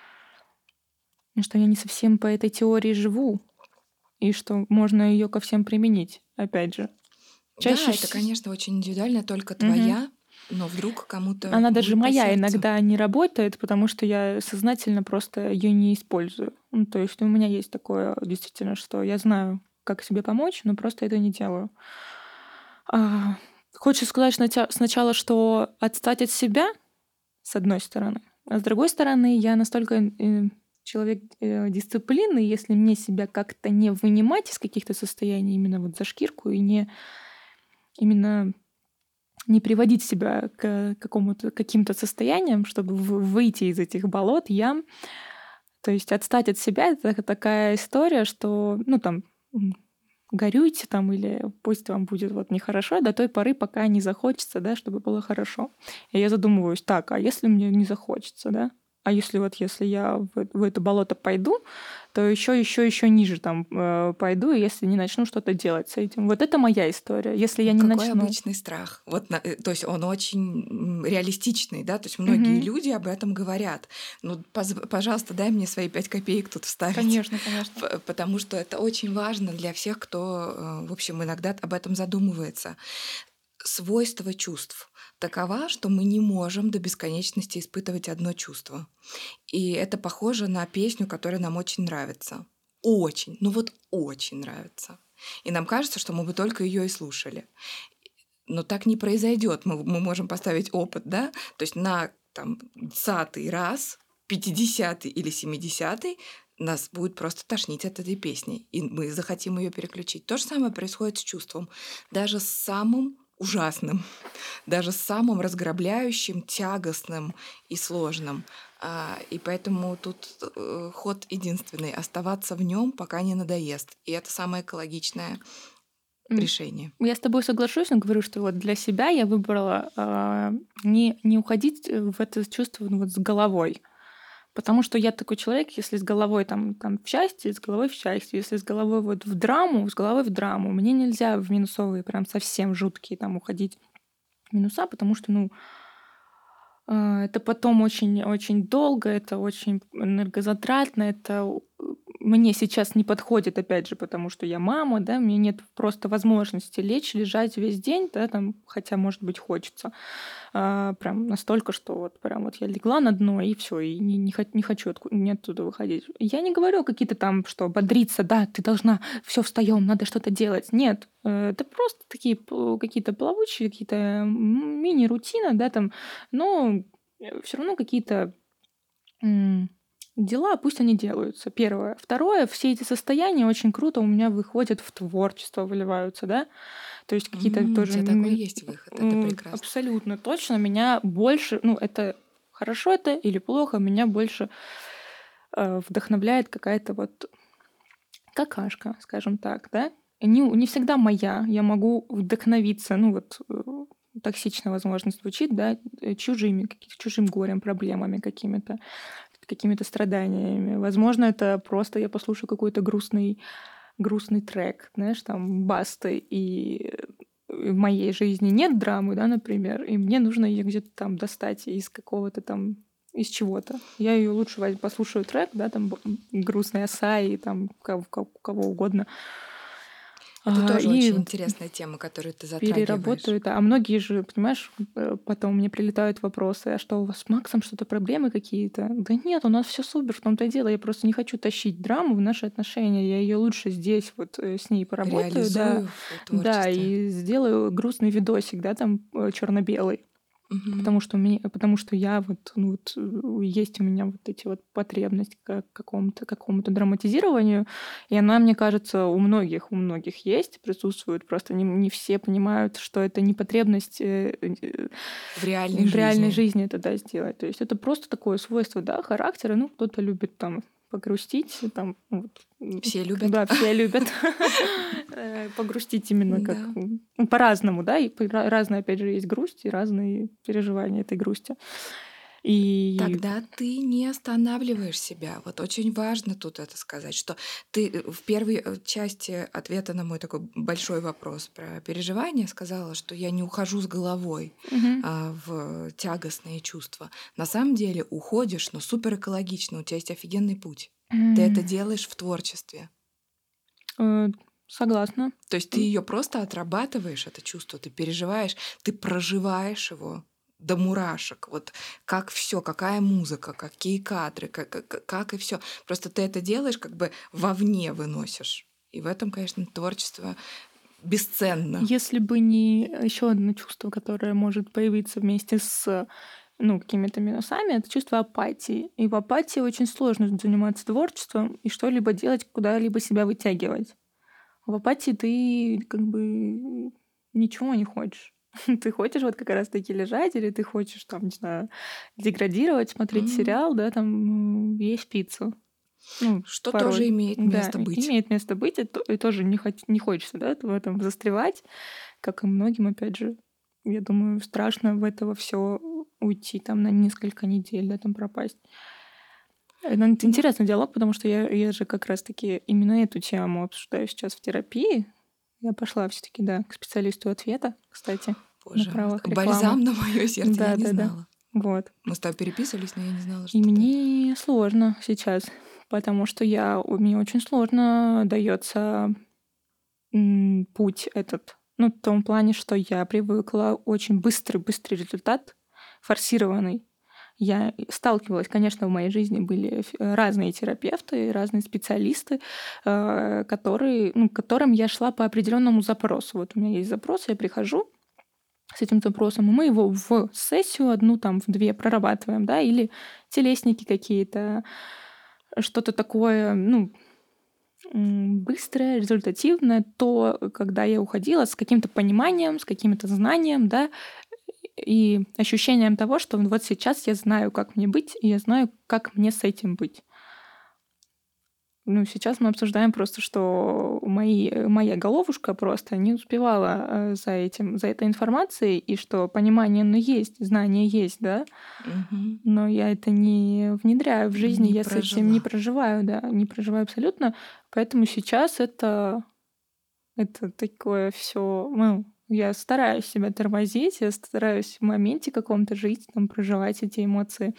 и что я не совсем по этой теории живу, и что можно ее ко всем применить, опять же. да, Чаще это, всего конечно, очень индивидуально, только твоя, но вдруг кому-то она даже будет по моя сердцу. иногда не работает, потому что я сознательно просто ее не использую. Ну, то есть у меня есть такое действительно, что я знаю, как себе помочь, но просто это не делаю. А, Хочется сказать снача- сначала, что отстать от себя, с одной стороны, а с другой стороны, я настолько э, человек э, дисциплины, если мне себя как-то не вынимать из каких-то состояний именно вот за шкирку и не именно не приводить себя к какому-то каким-то состояниям, чтобы в- выйти из этих болот, ям. То есть отстать от себя — это такая история, что, ну, там, м, горюйте там или пусть вам будет вот нехорошо до той поры, пока не захочется, да, чтобы было хорошо. И я задумываюсь, так, а если мне не захочется, да? А если вот если я в, э- в это болото пойду, то еще, еще, еще ниже там э, пойду, и если не начну что-то делать с этим. Вот это моя история. Если я О, не какой начну. обычный страх. Вот, на- э, то есть он очень м, реалистичный, да, то есть многие Мгм. люди об этом говорят. Ну, поз- пожалуйста, дай мне свои пять копеек тут вставить, Конечно, конечно. П- потому что это очень важно для всех, кто, э, в общем, иногда об этом задумывается. Свойство чувств такова, что мы не можем до бесконечности испытывать одно чувство. И это похоже на песню, которая нам очень нравится. Очень, ну вот очень нравится. И нам кажется, что мы бы только ее и слушали. Но так не произойдет. Мы, мы можем поставить опыт, да? То есть на там десятый раз, пятидесятый или семидесятый нас будет просто тошнить от этой песни, и мы захотим ее переключить. То же самое происходит с чувством. Даже с самым ужасным, даже с самым разграбляющим, тягостным и сложным. А, и поэтому тут э, ход единственный — оставаться в нем, пока не надоест. И это самое экологичное М, решение. Я с тобой соглашусь, но говорю, что вот для себя я выбрала а, не, не уходить э, в это чувство ну, вот с головой. Потому что я такой человек, если с головой там, там в счастье, с головой в счастье, если с головой вот в драму, с головой в драму. Мне нельзя в минусовые прям совсем жуткие там уходить в минуса, потому что, ну, а, это потом очень-очень долго, это очень энергозатратно, это у- мне сейчас не подходит, опять же, потому что я мама, да, мне нет просто возможности лечь, лежать весь день, да, там, хотя, может быть, хочется. А, прям настолько, что вот прям вот я легла на дно, и все, и не, не, хот- не хочу отку- не оттуда выходить. Я не говорю какие-то там, что бодриться, да, ты должна, все, встаем, надо что-то делать. Нет, э, это просто такие п- какие-то плавучие, какие-то м, мини-рутины, да, там, но все равно какие-то м, дела, пусть они делаются. Первое. Второе, все эти состояния очень круто у меня выходят в творчество, выливаются, да. То есть какие-то М, у тоже тебя такой м, есть выход, это м, прекрасно. абсолютно точно меня больше, ну это хорошо это или плохо, меня больше э, вдохновляет какая-то вот какашка, скажем так, да. не, не всегда моя. Я могу вдохновиться, ну вот э, токсично, возможно, звучит, да, э, чужими, каким- чужим горем, проблемами какими-то, какими-то страданиями. Возможно, это просто я послушаю какой-то грустный, грустный трек, знаешь, там, Басты, и в моей жизни нет драмы, да, например, и мне нужно ее где-то там достать из какого-то там из чего-то. Я ее лучше возь- послушаю трек, да, там б- грустный Асаи, там кого, кого кого угодно, Это а, тоже и очень интересная тема, которую ты переработаю затрагиваешь. это. А многие же, понимаешь, э, потом мне прилетают вопросы: а что у вас с Максом, что-то проблемы какие-то? Да нет, у нас все супер, в том-то и дело. Я просто не хочу тащить драму в наши отношения. Я ее лучше здесь вот э, с ней поработаю, да, Реализую в да, творчестве. и сделаю грустный видосик, да, там черно-белый. Мгм. Потому что, у меня, потому что я вот, ну вот, э, есть у меня вот эти вот потребности к какому-то какому-то драматизированию, и она, мне кажется, у многих, у многих есть, присутствует, просто не, не все понимают, что это не потребность э, э, В реальной в реальной жизни. жизни это, да, сделать. То есть это просто такое свойство, да, характера. Ну, кто-то любит там погрустить, там, ну, вот, м, Все любят. да, все любят э, погрустить именно как Да. м, ну, по-разному, да, и по- ра- разные, опять же, есть грусть и разные переживания этой грусти. И Тогда ты не останавливаешь себя. Вот очень важно тут это сказать, что ты э, в первой э, части ответа на мой такой большой вопрос про переживания сказала, что я не ухожу с головой мгм. а, в тягостные чувства. На самом деле уходишь, но супер экологично, у тебя есть офигенный путь. Ты это М, делаешь в творчестве. э, согласна. То есть ты ее просто отрабатываешь, это чувство, ты переживаешь, ты проживаешь его до мурашек. Вот как все, какая музыка, какие кадры, как, как, как и все. Просто ты это делаешь, как бы вовне выносишь. И в этом, конечно, творчество бесценно. Если бы не еще одно чувство, которое может появиться вместе с ну, какими-то минусами, это чувство апатии. И в апатии очень сложно заниматься творчеством и что-либо делать, куда-либо себя вытягивать. В апатии ты как бы ничего не хочешь. Ты хочешь вот как раз-таки лежать, или ты хочешь там, не знаю, деградировать, смотреть М, сериал, да, там м, есть пиццу. Ну, Что тоже порой. имеет Да, место быть. имеет место быть, и, то- и тоже не, хот- не хочется, да, в этом застревать, как и многим, опять же, я думаю, страшно в этого все уйти там на несколько недель, да, там пропасть. Э, ну, это Да, интересный диалог, потому что я, я же как раз-таки именно эту тему обсуждаю сейчас в терапии. Я пошла все-таки, да, к специалисту ответа, кстати, на боже, правах рекламы. бальзам на мое сердце, я Да, не да, да. знала. Вот. Мы с тобой переписывались, но я не знала, И что ты это. мне сложно сейчас, потому что я, у- мне очень сложно дается м, путь этот. Ну, в том плане, что я привыкла очень быстрый-быстрый результат, форсированный. Я сталкивалась, конечно, в моей жизни были ф- разные терапевты, разные специалисты, э, которые, ну, к которым я шла по определенному запросу. Вот у меня есть запрос, я прихожу с этим запросом, и мы его в сессию одну, там, в две прорабатываем, да, или телесники какие-то, что-то такое, ну, м, быстрое, результативное, то, когда я уходила с каким-то пониманием, с каким-то знанием, да, и ощущением того, что вот сейчас я знаю, как мне быть, и я знаю, как мне с этим быть. Ну, сейчас мы обсуждаем просто, что мои, э, моя головушка просто не успевала э, за этим, за этой информацией, и что понимание, ну, есть, знание есть, да, Мгм. но я это не внедряю в жизнь, Не я с этим не прожила. проживаю, да, не проживаю абсолютно. Поэтому сейчас это Это такое все, ну, я стараюсь себя тормозить, я стараюсь в моменте каком-то жить, там, проживать эти эмоции.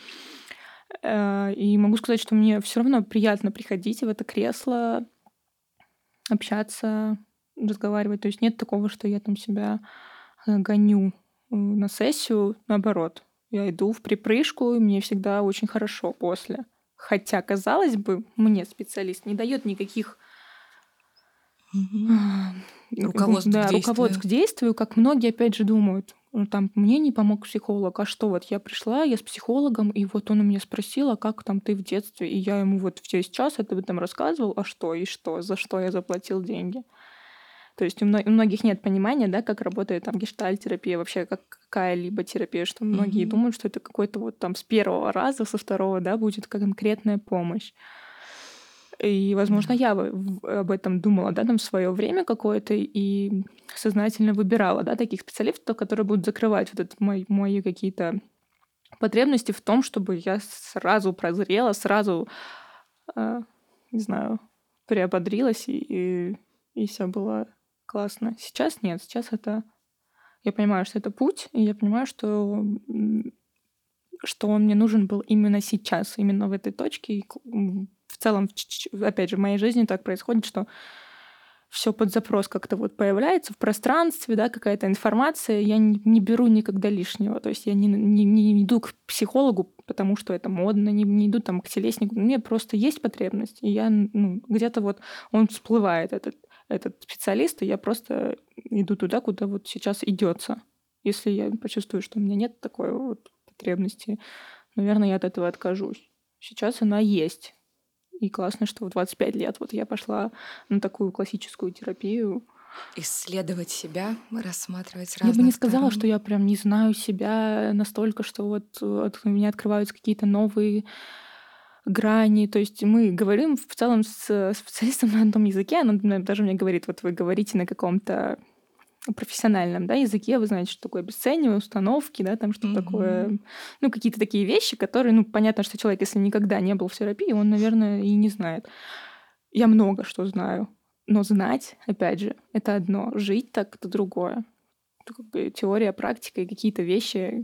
Э, и могу сказать, что мне все равно приятно приходить в это кресло, общаться, разговаривать. То есть нет такого, что я там себя, э, гоню, э, на сессию. Наоборот, я иду в припрыжку, и мне всегда очень хорошо после. Хотя, казалось бы, мне специалист не дает никаких Мгм. А, м, Руководство к да, руководств действию. к действию, как многие опять же думают. Ну, там: "Мне не помог психолог". А что, вот я пришла, я с психологом, и вот он у меня спросил: "А как там ты в детстве?" И я ему вот весь час это об этом рассказывал. А что, и что? За что я заплатил деньги? То есть у мно у многих нет понимания, да, как работает там гештальт-терапия, вообще как какая-либо терапия, что многие Мгм. думают, что это какой-то вот там с первого раза, со второго, да, будет конкретная помощь. И, возможно, Да. я бы в- об этом думала, да, там в свое время какое-то и сознательно выбирала, да, таких специалистов, которые будут закрывать вот это мои, мои какие-то потребности в том, чтобы я сразу прозрела, сразу, э, не знаю, приободрилась и, и, все было классно. Сейчас нет, сейчас это... Я понимаю, что это путь, и я понимаю, что, м, что он мне нужен был именно сейчас, именно в этой точке. И к- м, в целом, в ч- ч- опять же, в моей жизни так происходит, что все под запрос как-то вот появляется в пространстве, да, какая-то информация, я не, не беру никогда лишнего. То есть я не, не, не иду к психологу, потому что это модно, не, не иду там к телеснику. Мне просто есть потребность, и я, ну, где-то вот он всплывает, этот, этот специалист, и я просто иду туда, куда вот сейчас идется. Если я почувствую, что у меня нет такой вот потребности, наверное, я от этого откажусь. Сейчас она есть. И классно, что в двадцать пять лет вот я пошла на такую классическую терапию. Исследовать себя, рассматривать с Я бы не разных сказала, что сторон. я прям не знаю себя настолько, что вот э, от- у меня открываются какие-то новые грани. То есть мы говорим в целом с специалистом на одном языке. Она м, даже мне говорит, вот вы говорите на каком-то профессиональном, да, языке, вы знаете, что такое обесценивание, установки, да, там что Мгм. такое, ну, какие-то такие вещи, которые, ну, понятно, что человек, если никогда не был в терапии, он, наверное, и не знает. Я много что знаю, но знать, опять же, это одно, жить так — это другое. Это как бы теория, практика и какие-то вещи,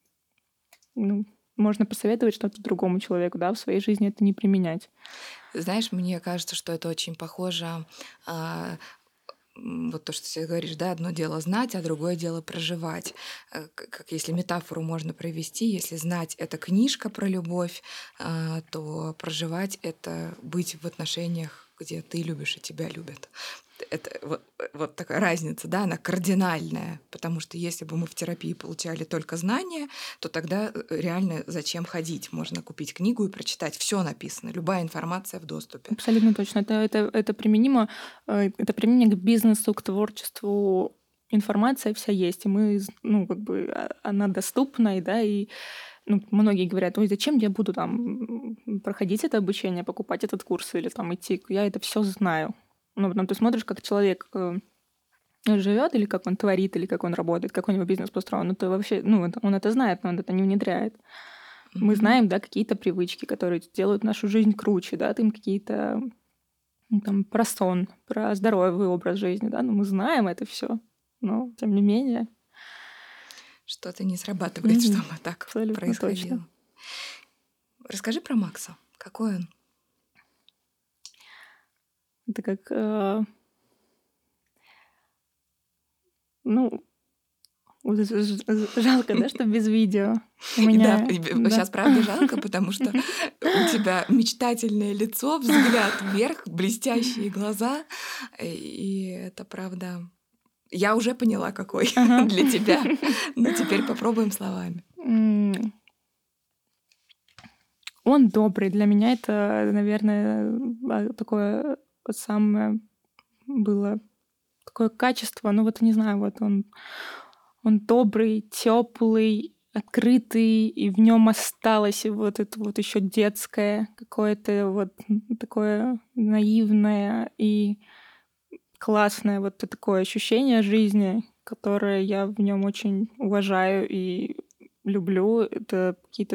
ну, можно посоветовать что-то другому человеку, да, в своей жизни это не применять. Знаешь, мне кажется, что это очень похоже, а, м, вот то, что ты говоришь, да, одно дело знать, а другое дело проживать. Э, к- Как если метафору можно провести, если знать — это книжка про любовь, а, то проживать — это быть в отношениях, где ты любишь и тебя любят. Это вот, э, вот такая разница, да, она кардинальная, потому что если бы мы в терапии получали только знания, то тогда э, реально зачем ходить? Можно купить книгу и прочитать. Все написано, любая информация в доступе. Абсолютно точно. Это, это, это применимо, э, это применение к бизнесу, к творчеству. Информация вся есть, и мы, з- ну, как бы, а- она доступна, и, да, и ну, многие говорят, ой, зачем я буду там м, проходить это обучение, покупать этот курс или там идти, я это все знаю. Но потом ты смотришь, как человек э, живет, или как он творит, или как он работает, как у него бизнес построен. Ну, то вообще, ну, это- он это знает, но он это не внедряет. Мы Мгм. знаем, да, какие-то привычки, которые делают нашу жизнь круче, да, там какие-то ну, там про сон, про здоровый образ жизни, да, но мы знаем это все, но тем не менее. Что-то не срабатывает, Мгм. чтобы так Абсолютно точно. происходило. Расскажи про Макса. Какой он? Это как, э, ну, вот ж- ж- ж- жалко, да, что без видео. У Да, меня, да. сейчас правда жалко, потому что у тебя мечтательное лицо, взгляд вверх, блестящие глаза, и это правда. Я уже поняла, какой Ага. для тебя, но теперь попробуем словами. М, Он добрый. Для меня это, наверное, а, такое вот самое было такое качество. Ну вот не знаю, вот он Он добрый, теплый, открытый, и в нем осталось и вот это вот еще детское, какое-то вот м, такое наивное и классное вот такое ощущение жизни, которое я в нем очень уважаю и люблю. Это какие-то...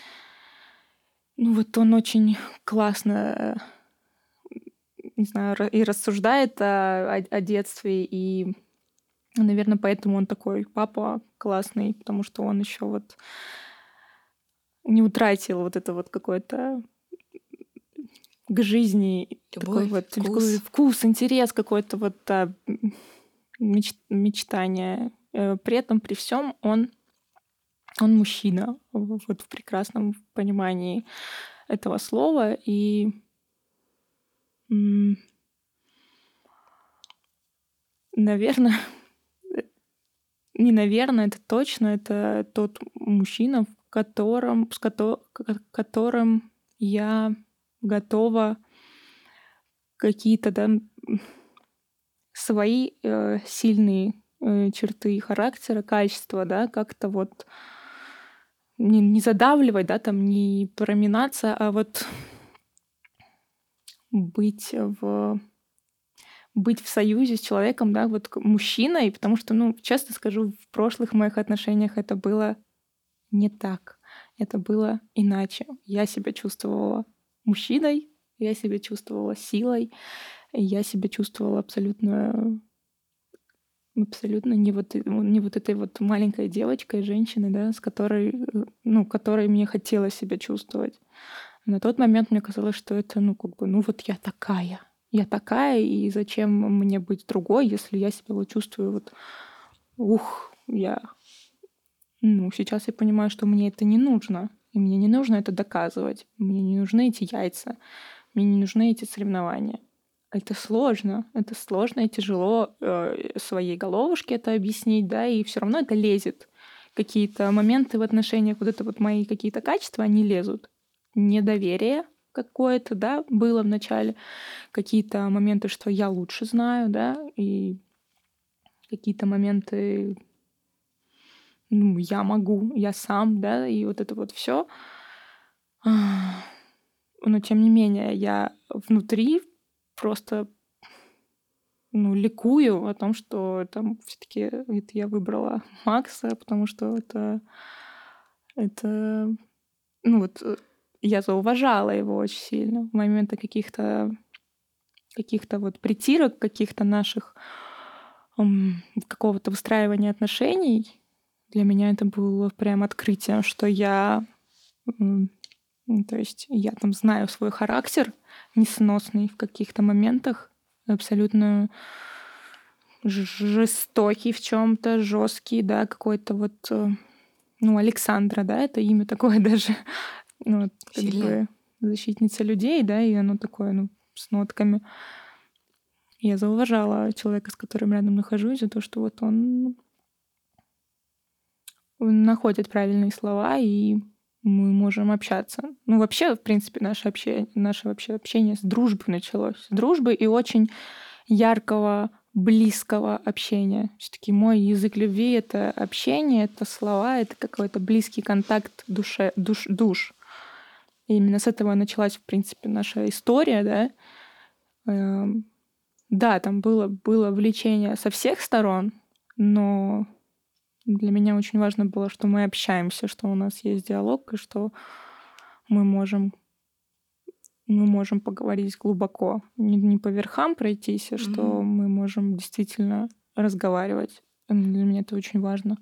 Ну вот он очень классно, э, не знаю, ра- и рассуждает о, о- о детстве, и, наверное, поэтому он такой папа классный, потому что он еще вот не утратил вот это вот какое-то к жизни такой Любовь, вот такой вкус. вкус, интерес какой-то вот, да, м, меч- мечтание. Э, При этом, при всем он, он мужчина, в- вот в прекрасном понимании этого слова. И, наверное, не наверное, это точно, это тот мужчина, в котором, с кото- ко- которым я готова какие-то, да, свои э, сильные э, черты характера, качества, да, как-то вот не, не задавливать, да, там, не проминаться, а вот быть в быть в союзе с человеком, да, вот к мужчиной, потому что, ну, честно скажу, в прошлых моих отношениях это было не так. Это было иначе. Я себя чувствовала мужчиной, я себя чувствовала силой, я себя чувствовала абсолютно абсолютно не вот, э, не вот этой вот маленькой девочкой, женщиной, да, с которой, э, ну, которой мне хотелось себя чувствовать. На тот момент мне казалось, что это, ну, как бы, ну, вот я такая. Я такая, и зачем мне быть другой, если я себя вот чувствую вот, ух, я... Ну, сейчас я понимаю, что мне это не нужно. И мне не нужно это доказывать. Мне не нужны эти яйца. Мне не нужны эти соревнования. Это сложно. Это сложно и тяжело э, своей головушке это объяснить, да, и все равно это лезет. Какие-то моменты в отношениях, вот это вот мои какие-то качества, они лезут. Недоверие какое-то, да, было в начале. Какие-то моменты, что я лучше знаю, да, и какие-то моменты, ну, я могу, я сам, да, и вот это вот все. Но тем не менее, я внутри просто, ну, ликую о том, что там все-таки это я выбрала Макса, потому что это, это, ну вот э, я зауважала его очень сильно в моменты каких-то каких-то вот притирок, каких-то наших м, какого-то выстраивания отношений. Для меня это было прям открытием, что я, м, ну, то есть я там знаю свой характер несносный в каких-то моментах, абсолютно ж- жестокий в чем-то, жесткий, да, какой-то вот, э, ну, Александра, да, это имя такое даже, ну, вот как Сильное. бы защитница людей, да, и оно такое, ну, с нотками. Я зауважала человека, с которым рядом нахожусь, за то, что вот он он находит правильные слова, и мы можем общаться. Ну, вообще, в принципе, наше общение, наше вообще общение с дружбы началось. С дружбы и очень яркого, близкого общения. Все-таки мой язык любви — это общение, это слова, это какой-то близкий контакт душе, душ, душ. И именно с этого началась, в принципе, наша история, да. Эм, Да, там было, было влечение со всех сторон, но для меня очень важно было, что мы общаемся, что у нас есть диалог, и что мы можем, мы можем поговорить глубоко, не, не по верхам пройтись, а что Мгм. мы можем действительно разговаривать. М, Для меня это очень важно.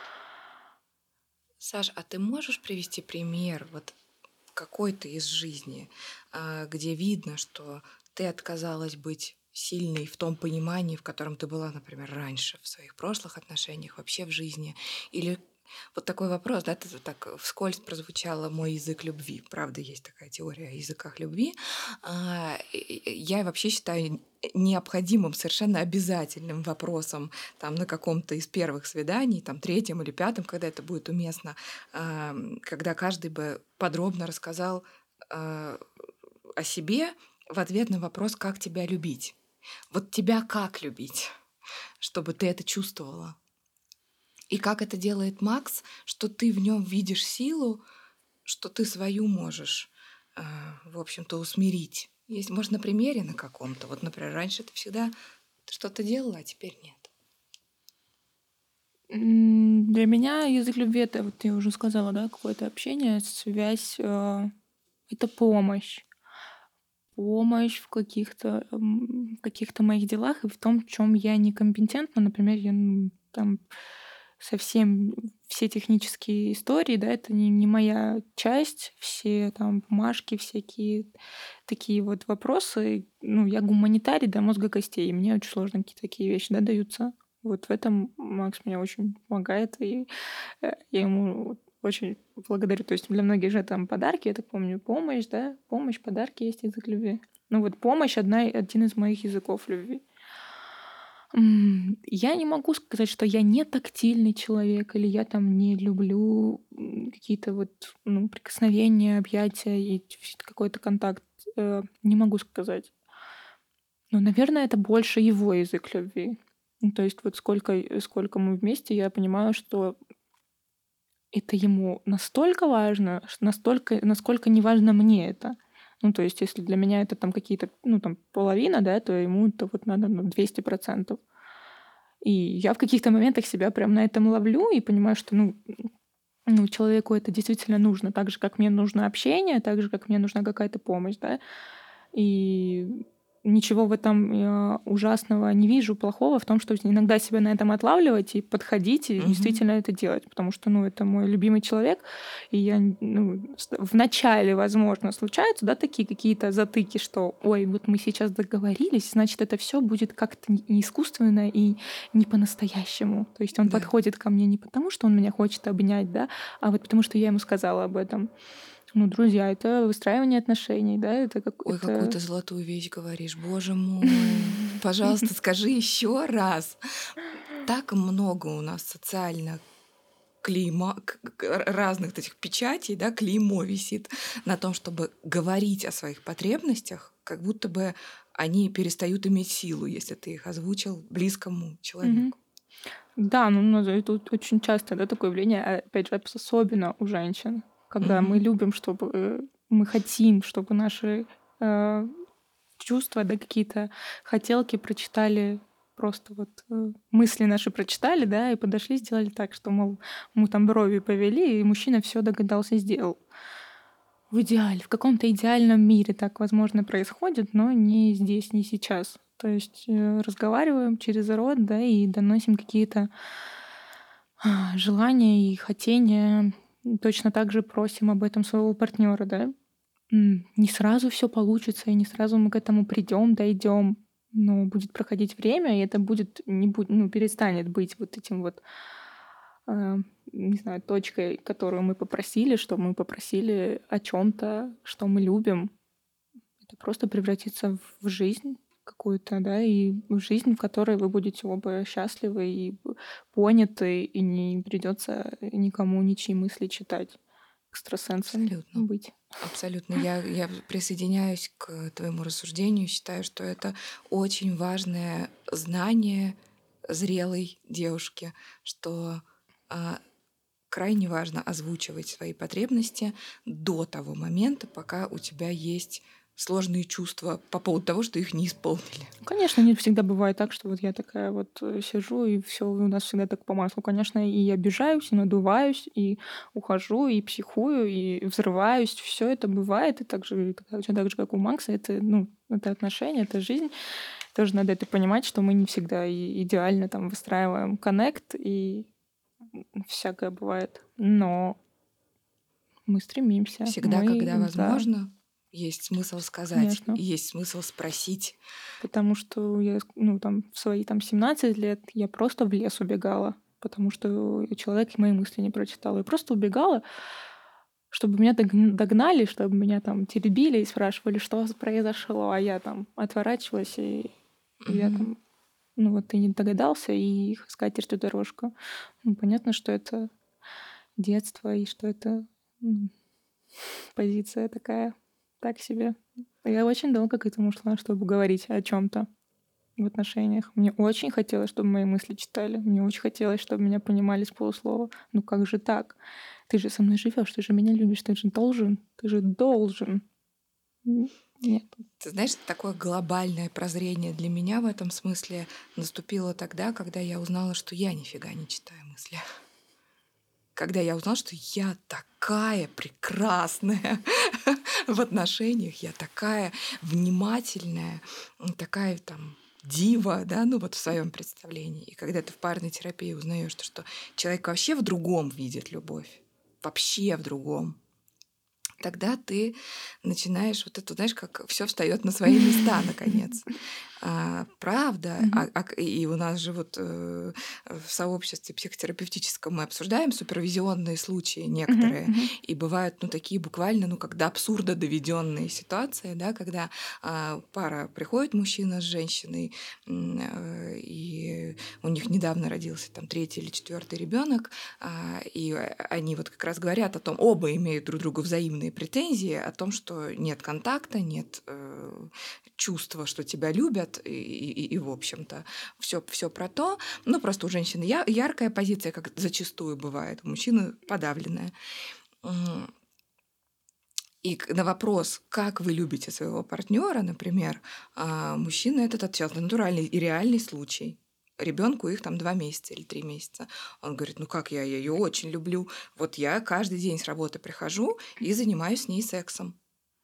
Саш, а ты можешь привести пример вот какой-то из жизни, а, где видно, что ты отказалась быть сильной в том понимании, в котором ты была, например, раньше, в своих прошлых отношениях, вообще в жизни? Или вот такой вопрос, да, ты вот так вскользь прозвучало «мой язык любви». Правда, есть такая теория о языках любви. А, и- и Я вообще считаю необходимым, совершенно обязательным вопросом там на каком-то из первых свиданий, там третьем или пятом, когда это будет уместно, ам, когда каждый бы подробно рассказал а, о себе в ответ на вопрос «как тебя любить?». Вот тебя как любить, чтобы ты это чувствовала? И как это делает Макс, что ты в нем видишь силу, что ты свою можешь, а, в общем-то, усмирить. Есть, может, на примере на каком-то. Вот, например, раньше ты всегда что-то делала, а теперь нет. М, Для меня язык любви — это, вот я уже сказала, да, какое-то общение, связь, э, это помощь. Помощь в каких-то м, в каких-то моих делах и в том, в чем я некомпетентна. Например, я м, там совсем все технические истории, да, это не, не моя часть, все там бумажки, всякие такие вот вопросы. Ну, я гуманитарий до мозга костей, и мне очень сложно какие-то такие вещи, да, даются. Вот в этом Макс мне очень помогает, и э, я ему очень благодарю. То есть для многих же там подарки, я так помню, помощь, да, помощь, подарки есть язык любви. Ну вот помощь одна, один из моих языков любви. М, Я не могу сказать, что я не тактильный человек, или я там не люблю м, какие-то вот ну, прикосновения, объятия и вс- какой-то контакт. Э, Не могу сказать. Но, наверное, это больше его язык любви. Ну, то есть вот сколько, э, сколько мы вместе, я понимаю, что это ему настолько важно, ш- настолько, насколько не важно мне это. Ну, то есть, если для меня это там какие-то, ну, там, половина, да, то ему это вот надо на двести процентов. И я в каких-то моментах себя прям на этом ловлю и понимаю, что, ну, ну, человеку это действительно нужно, так же, как мне нужно общение, так же, как мне нужна какая-то помощь, да. И ничего в этом э, ужасного не вижу, плохого в том, что иногда себя на этом отлавливать и подходить и Мгм. действительно это делать, потому что, ну, это мой любимый человек, и я, ну, с- в начале, возможно, случаются, да, такие какие-то затыки, что, ой, вот мы сейчас договорились, значит, это все будет как-то не не искусственно и не по-настоящему. То есть он Да. подходит ко мне не потому, что он меня хочет обнять, да, а вот потому что я ему сказала об этом. Ну, друзья, это выстраивание отношений, да, это как Ой, какую это... ты золотую вещь говоришь, боже мой. Пожалуйста, скажи еще раз. Так много у нас социально клейма, к- к- разных этих печатей, да, клеймо висит на том, чтобы говорить о своих потребностях, как будто бы они перестают иметь силу, если ты их озвучил близкому Мгм. человеку. Да, ну, ну, это вот очень часто, да, такое явление, а, опять же, особенно у женщин, когда мы Мгм. любим, чтобы э, мы хотим, чтобы наши э, чувства, да, какие-то хотелки прочитали просто вот э, мысли наши прочитали, да, и подошли, сделали так, что, мол, мы там брови повели, и мужчина все догадался и сделал. В идеале, в каком-то идеальном мире так, возможно, происходит, но не здесь, не сейчас. То есть э, разговариваем через рот, да, и доносим какие-то а, желания и хотения. Точно так же просим об этом своего партнера, да. М, Не сразу все получится, и не сразу мы к этому придем, дойдем. Но будет проходить время, и это будет не будет, ну, перестанет быть вот этим вот, а, не знаю, точкой, которую мы попросили, что мы попросили о чем-то, что мы любим. Это просто превратится в жизнь какую-то, да, и в жизнь, в которой вы будете оба счастливы и б- поняты, и не придется никому ничьи мысли читать, экстрасенсом Абсолютно. быть. Абсолютно. Я, я присоединяюсь к твоему рассуждению. Считаю, что это очень важное знание зрелой девушки, что а, крайне важно озвучивать свои потребности до того момента, пока у тебя есть сложные чувства по поводу того, что их не исполнили. Ну, конечно, не всегда бывает так, что вот я такая вот э, сижу, и все у нас всегда так по маслу. Конечно, и обижаюсь, и надуваюсь, и ухожу, и психую, и взрываюсь. Все это бывает, и так же, точно так же, как у Макса, это, ну, это отношения, это жизнь. Тоже надо это понимать, что мы не всегда и идеально там выстраиваем коннект, и всякое бывает. Но мы стремимся, Всегда, мы, когда да, возможно, есть смысл сказать, конечно. и есть смысл спросить. Потому что я, ну, там, в свои там семнадцать лет я просто в лес убегала, потому что человек мои мысли не прочитал. Я просто убегала, чтобы меня дог- догнали, чтобы меня там теребили и спрашивали, что произошло, а я там отворачивалась, и я Мгм. там, ну вот ты не догадался, и скатертью дорожка. Ну, понятно, что это детство, и что это м, позиция такая, так себе. Я очень долго к этому шла, чтобы говорить о чем-то в отношениях. Мне очень хотелось, чтобы мои мысли читали. Мне очень хотелось, чтобы меня понимали с полуслова. Ну как же так? Ты же со мной живешь, ты же меня любишь, ты же должен, ты же должен. М, Нет. Ты знаешь, такое глобальное прозрение для меня в этом смысле наступило тогда, когда я узнала, что я нифига не читаю мысли. Когда я узнала, что я такая прекрасная в отношениях, я такая внимательная, м, такая там дива, да, ну вот в своем представлении. И когда ты в парной терапии узнаешь, что, что человек вообще в другом видит любовь, вообще в другом, тогда ты начинаешь вот это, знаешь, как все встает на свои места, наконец. А, правда, а, Мгм. а к- и у нас же вот э, в сообществе психотерапевтическом мы обсуждаем супервизионные случаи Мгм. некоторые, Мгм. и бывают, ну, такие буквально, ну, как до абсурда доведенные ситуации, да, когда а, пара приходит, мужчина с женщиной, м, э, и у них недавно родился там третий или четвертый ребенок, а, и а, они вот как раз говорят о том, оба имеют друг другу взаимные претензии о том, что нет контакта, нет э, чувства, что тебя любят, и, и- и, в общем-то, все, все про то. Ну, просто у женщины я, яркая позиция, как зачастую бывает, у мужчины подавленная. М, И к- на вопрос, как вы любите своего партнера, например, а, мужчина этот отвечал, это натуральный и реальный случай. Ребенку их там два месяца или три месяца. Он говорит, ну как я ее очень люблю. Вот я каждый день с работы прихожу и занимаюсь с ней сексом.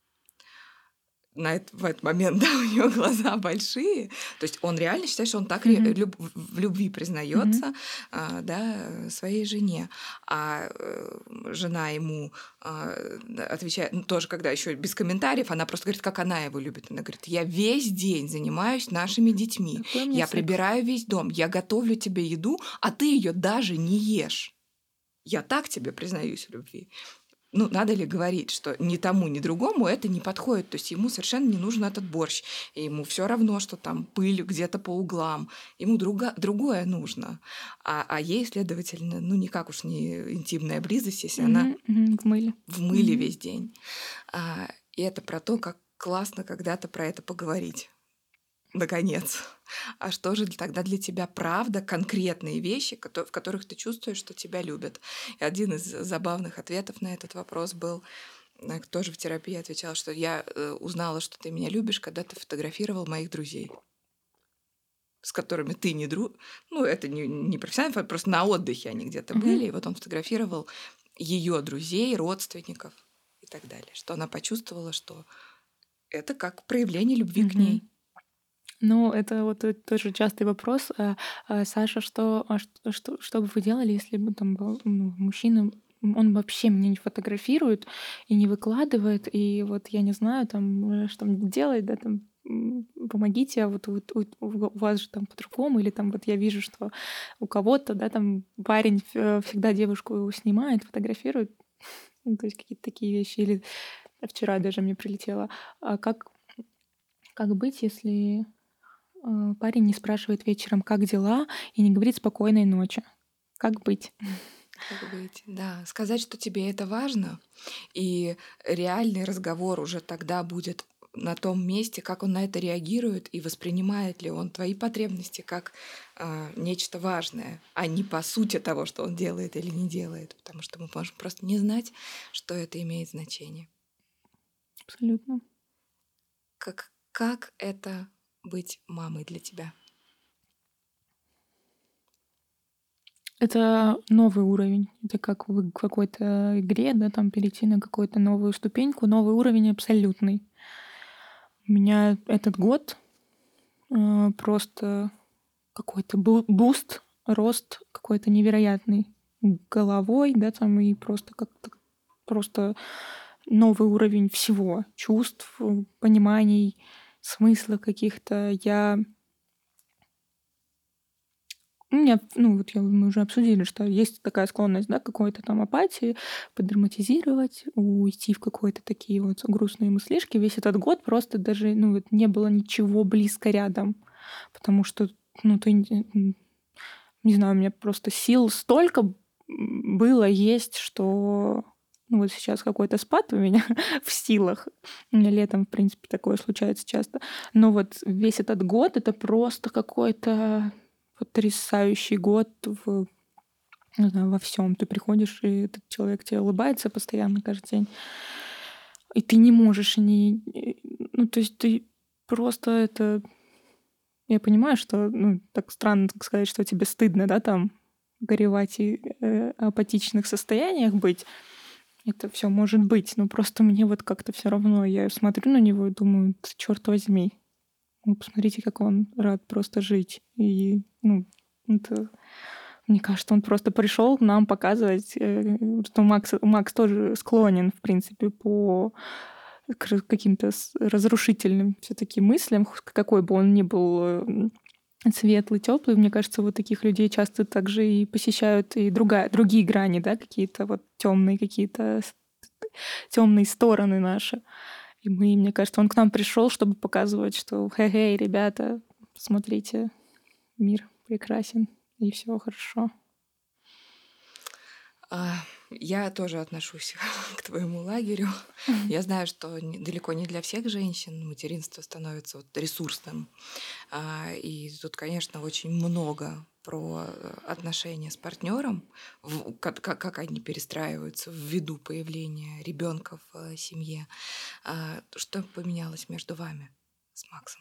На эт- в этот момент, да, у него глаза большие. То есть он реально считает, что он так ре- Мгм. люб- в любви Мгм. признается, а, да, э, своей жене. А э, жена ему а, да, отвечает, ну, тоже, когда еще без комментариев, она просто говорит, как она его любит. Она говорит, я весь день занимаюсь нашими детьми, Какой у меня я секс? прибираю весь дом, я готовлю тебе еду, а ты ее даже не ешь. Я так тебе признаюсь в любви. Ну, надо ли говорить, что ни тому, ни другому это не подходит. То есть ему совершенно не нужен этот борщ. И ему все равно, что там пыль где-то по углам. Ему друга, другое нужно. А, а ей, следовательно, ну, никак уж не интимная близость, если она Мгм. Мгм. В мыле. в мыле Мгм. весь день. А, и это про то, как классно когда-то про это поговорить. Наконец. А что же тогда для тебя правда, конкретные вещи, кото- в которых ты чувствуешь, что тебя любят? И один из забавных ответов на этот вопрос был, э, тоже в терапии отвечал, что я э, узнала, что ты меня любишь, когда ты фотографировал моих друзей, с которыми ты не друг. Ну, это не, не профессионально, фото- просто на отдыхе они где-то Мгм. были, и вот он фотографировал ее друзей, родственников и так далее, что она почувствовала, что это как проявление любви к Мгм. ней. Ну, это вот э, тоже частый вопрос. А, а, Саша, что, а что, что, что бы вы делали, если бы там был, ну, мужчина, м, он вообще меня не фотографирует и не выкладывает, и вот я не знаю, там, э, что мне делать, да, там, м, помогите, а вот, вот у, у вас же там по-другому, или там вот я вижу, что у кого-то, да, там парень э, всегда девушку снимает, фотографирует, ну, то есть какие-то такие вещи, или вчера даже мне прилетело. А как, как быть, если э, парень не спрашивает вечером, как дела, и не говорит спокойной ночи? Как быть? Как быть? Да, сказать, что тебе это важно, и реальный разговор уже тогда будет на том месте, как он на это реагирует и воспринимает ли он твои потребности как а, нечто важное, а не по сути того, что он делает или не делает, потому что мы можем просто не знать, что это имеет значение. Абсолютно. Как, как это быть мамой для тебя? Это новый уровень. Это как в какой-то игре, да, там перейти на какую-то новую ступеньку, новый уровень абсолютный. У меня этот год э, просто какой-то бу- буст, рост какой-то невероятный головой, да, там и просто как-то просто новый уровень всего, чувств, э, пониманий, смысла каких-то. Я у меня, ну, вот я, мы уже обсудили, что есть такая склонность, да, к какой-то там апатии, подраматизировать, уйти в какие-то такие вот грустные мыслишки. Весь этот год просто даже, ну, вот не было ничего близко рядом, потому что, ну, ты, не м, не знаю, у меня просто сил столько м, было, есть, что ну, вот сейчас какой-то спад у меня в силах. У меня летом, в принципе, такое случается часто. Но вот весь этот год это просто какой-то потрясающий год в, не знаю, во всем. Ты приходишь, и этот человек тебе улыбается постоянно каждый день, и ты не можешь не... Ну, то есть ты просто это... Я понимаю, что, ну, так странно так сказать, что тебе стыдно, да, там горевать и э, апатичных состояниях быть. Это все может быть, но просто мне вот как-то все равно. Я смотрю на него и думаю, черт возьми, ну, посмотрите, как он рад просто жить. И, ну, это, мне кажется, он просто пришел нам показывать, э, что Макс, Макс тоже склонен, в принципе, по к раз- каким-то с- разрушительным все-таки мыслям, х- какой бы он ни был э, светлый, теплый. Мне кажется, вот таких людей часто также и посещают и другая, другие грани, да, какие-то вот темные, какие-то темные стороны наши. И мы, мне кажется, он к нам пришел, чтобы показывать, что хе-хей, ребята, посмотрите, мир прекрасен, и все хорошо. А, Я тоже отношусь к твоему лагерю. Я знаю, что не- далеко не для всех женщин материнство становится вот ресурсным. А, И тут, конечно, очень много про э, отношения с партнером, как, как как они перестраиваются ввиду появления ребенка в э, семье. А, Что поменялось между вами с Максом?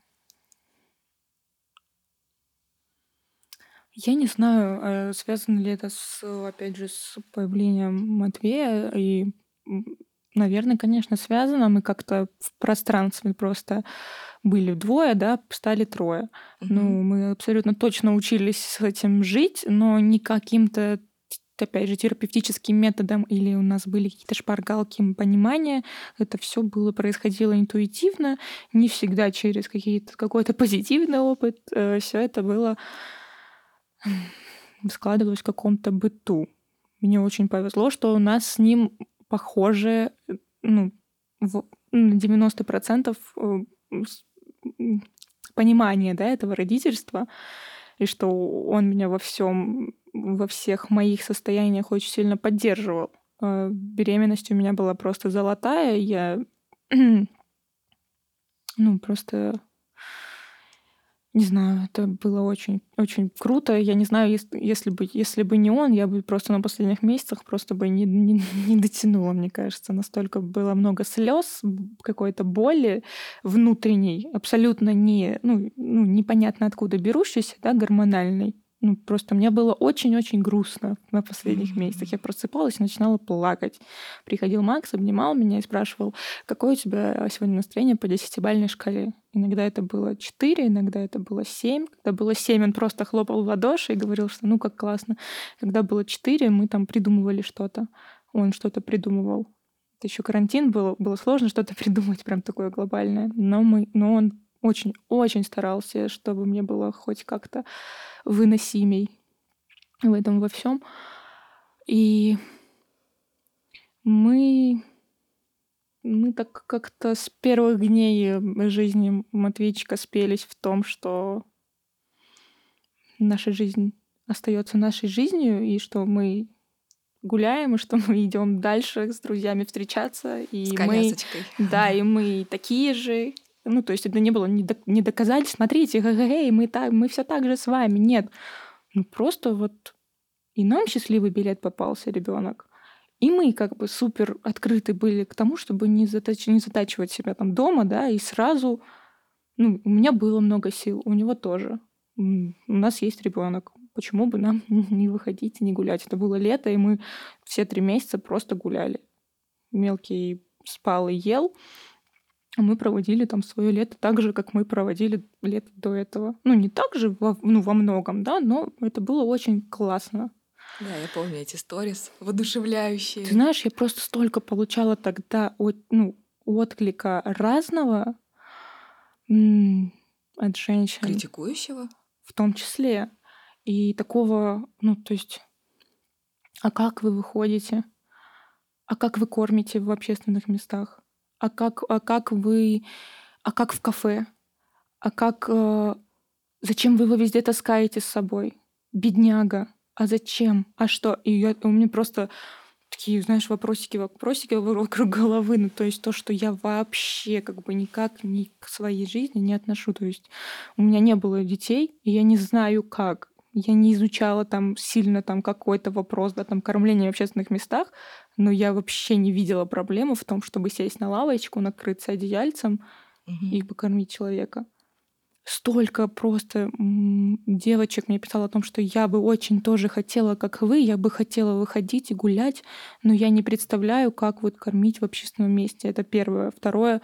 Я не знаю, э, связано ли это с, опять же, с появлением Матвея. И, наверное, конечно, связано. Мы как-то в пространстве просто были двое, да, стали трое. Ну, Мгм. мы абсолютно точно учились с этим жить, но не каким-то, т- опять же, терапевтическим методом или у нас были какие-то шпаргалки понимания. Это все было происходило интуитивно, не всегда через какие-то, какой-то позитивный опыт. Все это было складывалось в каком-то быту. Мне очень повезло, что у нас с ним похоже, э, ну, в на девяносто процентов э, с м, понимание, да, этого родительства, и что он меня во всем, во всех моих состояниях очень сильно поддерживал. Э, беременность у меня была просто золотая. Я, ну, просто не знаю, это было очень очень круто. Я не знаю, ес если бы если бы не он, я бы просто на последних месяцах просто бы не не не дотянула, мне кажется. Настолько было много слез, какой-то боли внутренней, абсолютно не ну ну, непонятно откуда берущейся, да, гормональной. Ну, просто мне было очень-очень грустно на последних месяцах. М. Я просыпалась и начинала плакать. Приходил Макс, обнимал меня и спрашивал: "Какое у тебя сегодня настроение по десятибалльной шкале?" Иногда это было четыре, иногда это было семь. Когда было семь, он просто хлопал в ладоши и говорил, что ну как классно. Когда было четыре, мы там придумывали что-то. Он что-то придумывал. Это еще карантин был, было сложно что-то придумать прям такое глобальное. Но, мы, но он очень-очень старался, чтобы мне было хоть как-то выносимей в этом во всем. И мы, мы так как-то с первых дней э, жизни Матвейчика спелись в том, что наша жизнь остается нашей жизнью, и что мы гуляем, и что мы идем дальше с друзьями встречаться, С и мы, колясочкой. да, и мы такие же. Ну, то есть это не было не, док- не доказать, смотрите, эй, мы, так, мы все так же с вами. Нет. Ну, просто вот и нам счастливый билет попался ребенок. И мы как бы супер открыты были к тому, чтобы не, затач- не затачивать себя там дома, да, и сразу, ну, у меня было много сил, у него тоже. М, У нас есть ребенок. Почему бы нам не выходить и не гулять? Это было лето, и мы все три месяца просто гуляли. Мелкий спал и ел, а мы проводили там свое лето так же, как мы проводили лето до этого. Ну, не так же, во, ну, во многом, да, но это было очень классно. Да, я помню эти сторис Ты воодушевляющие. знаешь, я просто столько получала тогда от, ну, отклика разного м, от женщин Критикующего? в том числе. И такого, ну, то есть, а как вы выходите? А как вы кормите в общественных местах? А как, а как вы, а как в кафе? А как, э, зачем вы его везде таскаете с собой? Бедняга. А зачем? А что? И я, у меня просто такие, знаешь, вопросики, вопросики вокруг головы. Ну, то есть то, что я вообще как бы никак ни к своей жизни не отношу. То есть у меня не было детей, и я не знаю как. Я не изучала там сильно там какой-то вопрос, да, там кормление в общественных местах, но я вообще не видела проблемы в том, чтобы сесть на лавочку, накрыться одеяльцем и Мгм. покормить человека. Столько просто м, девочек мне писало о том, что я бы очень тоже хотела, как вы, я бы хотела выходить и гулять, но я не представляю, как вот кормить в общественном месте. Это первое. Второе,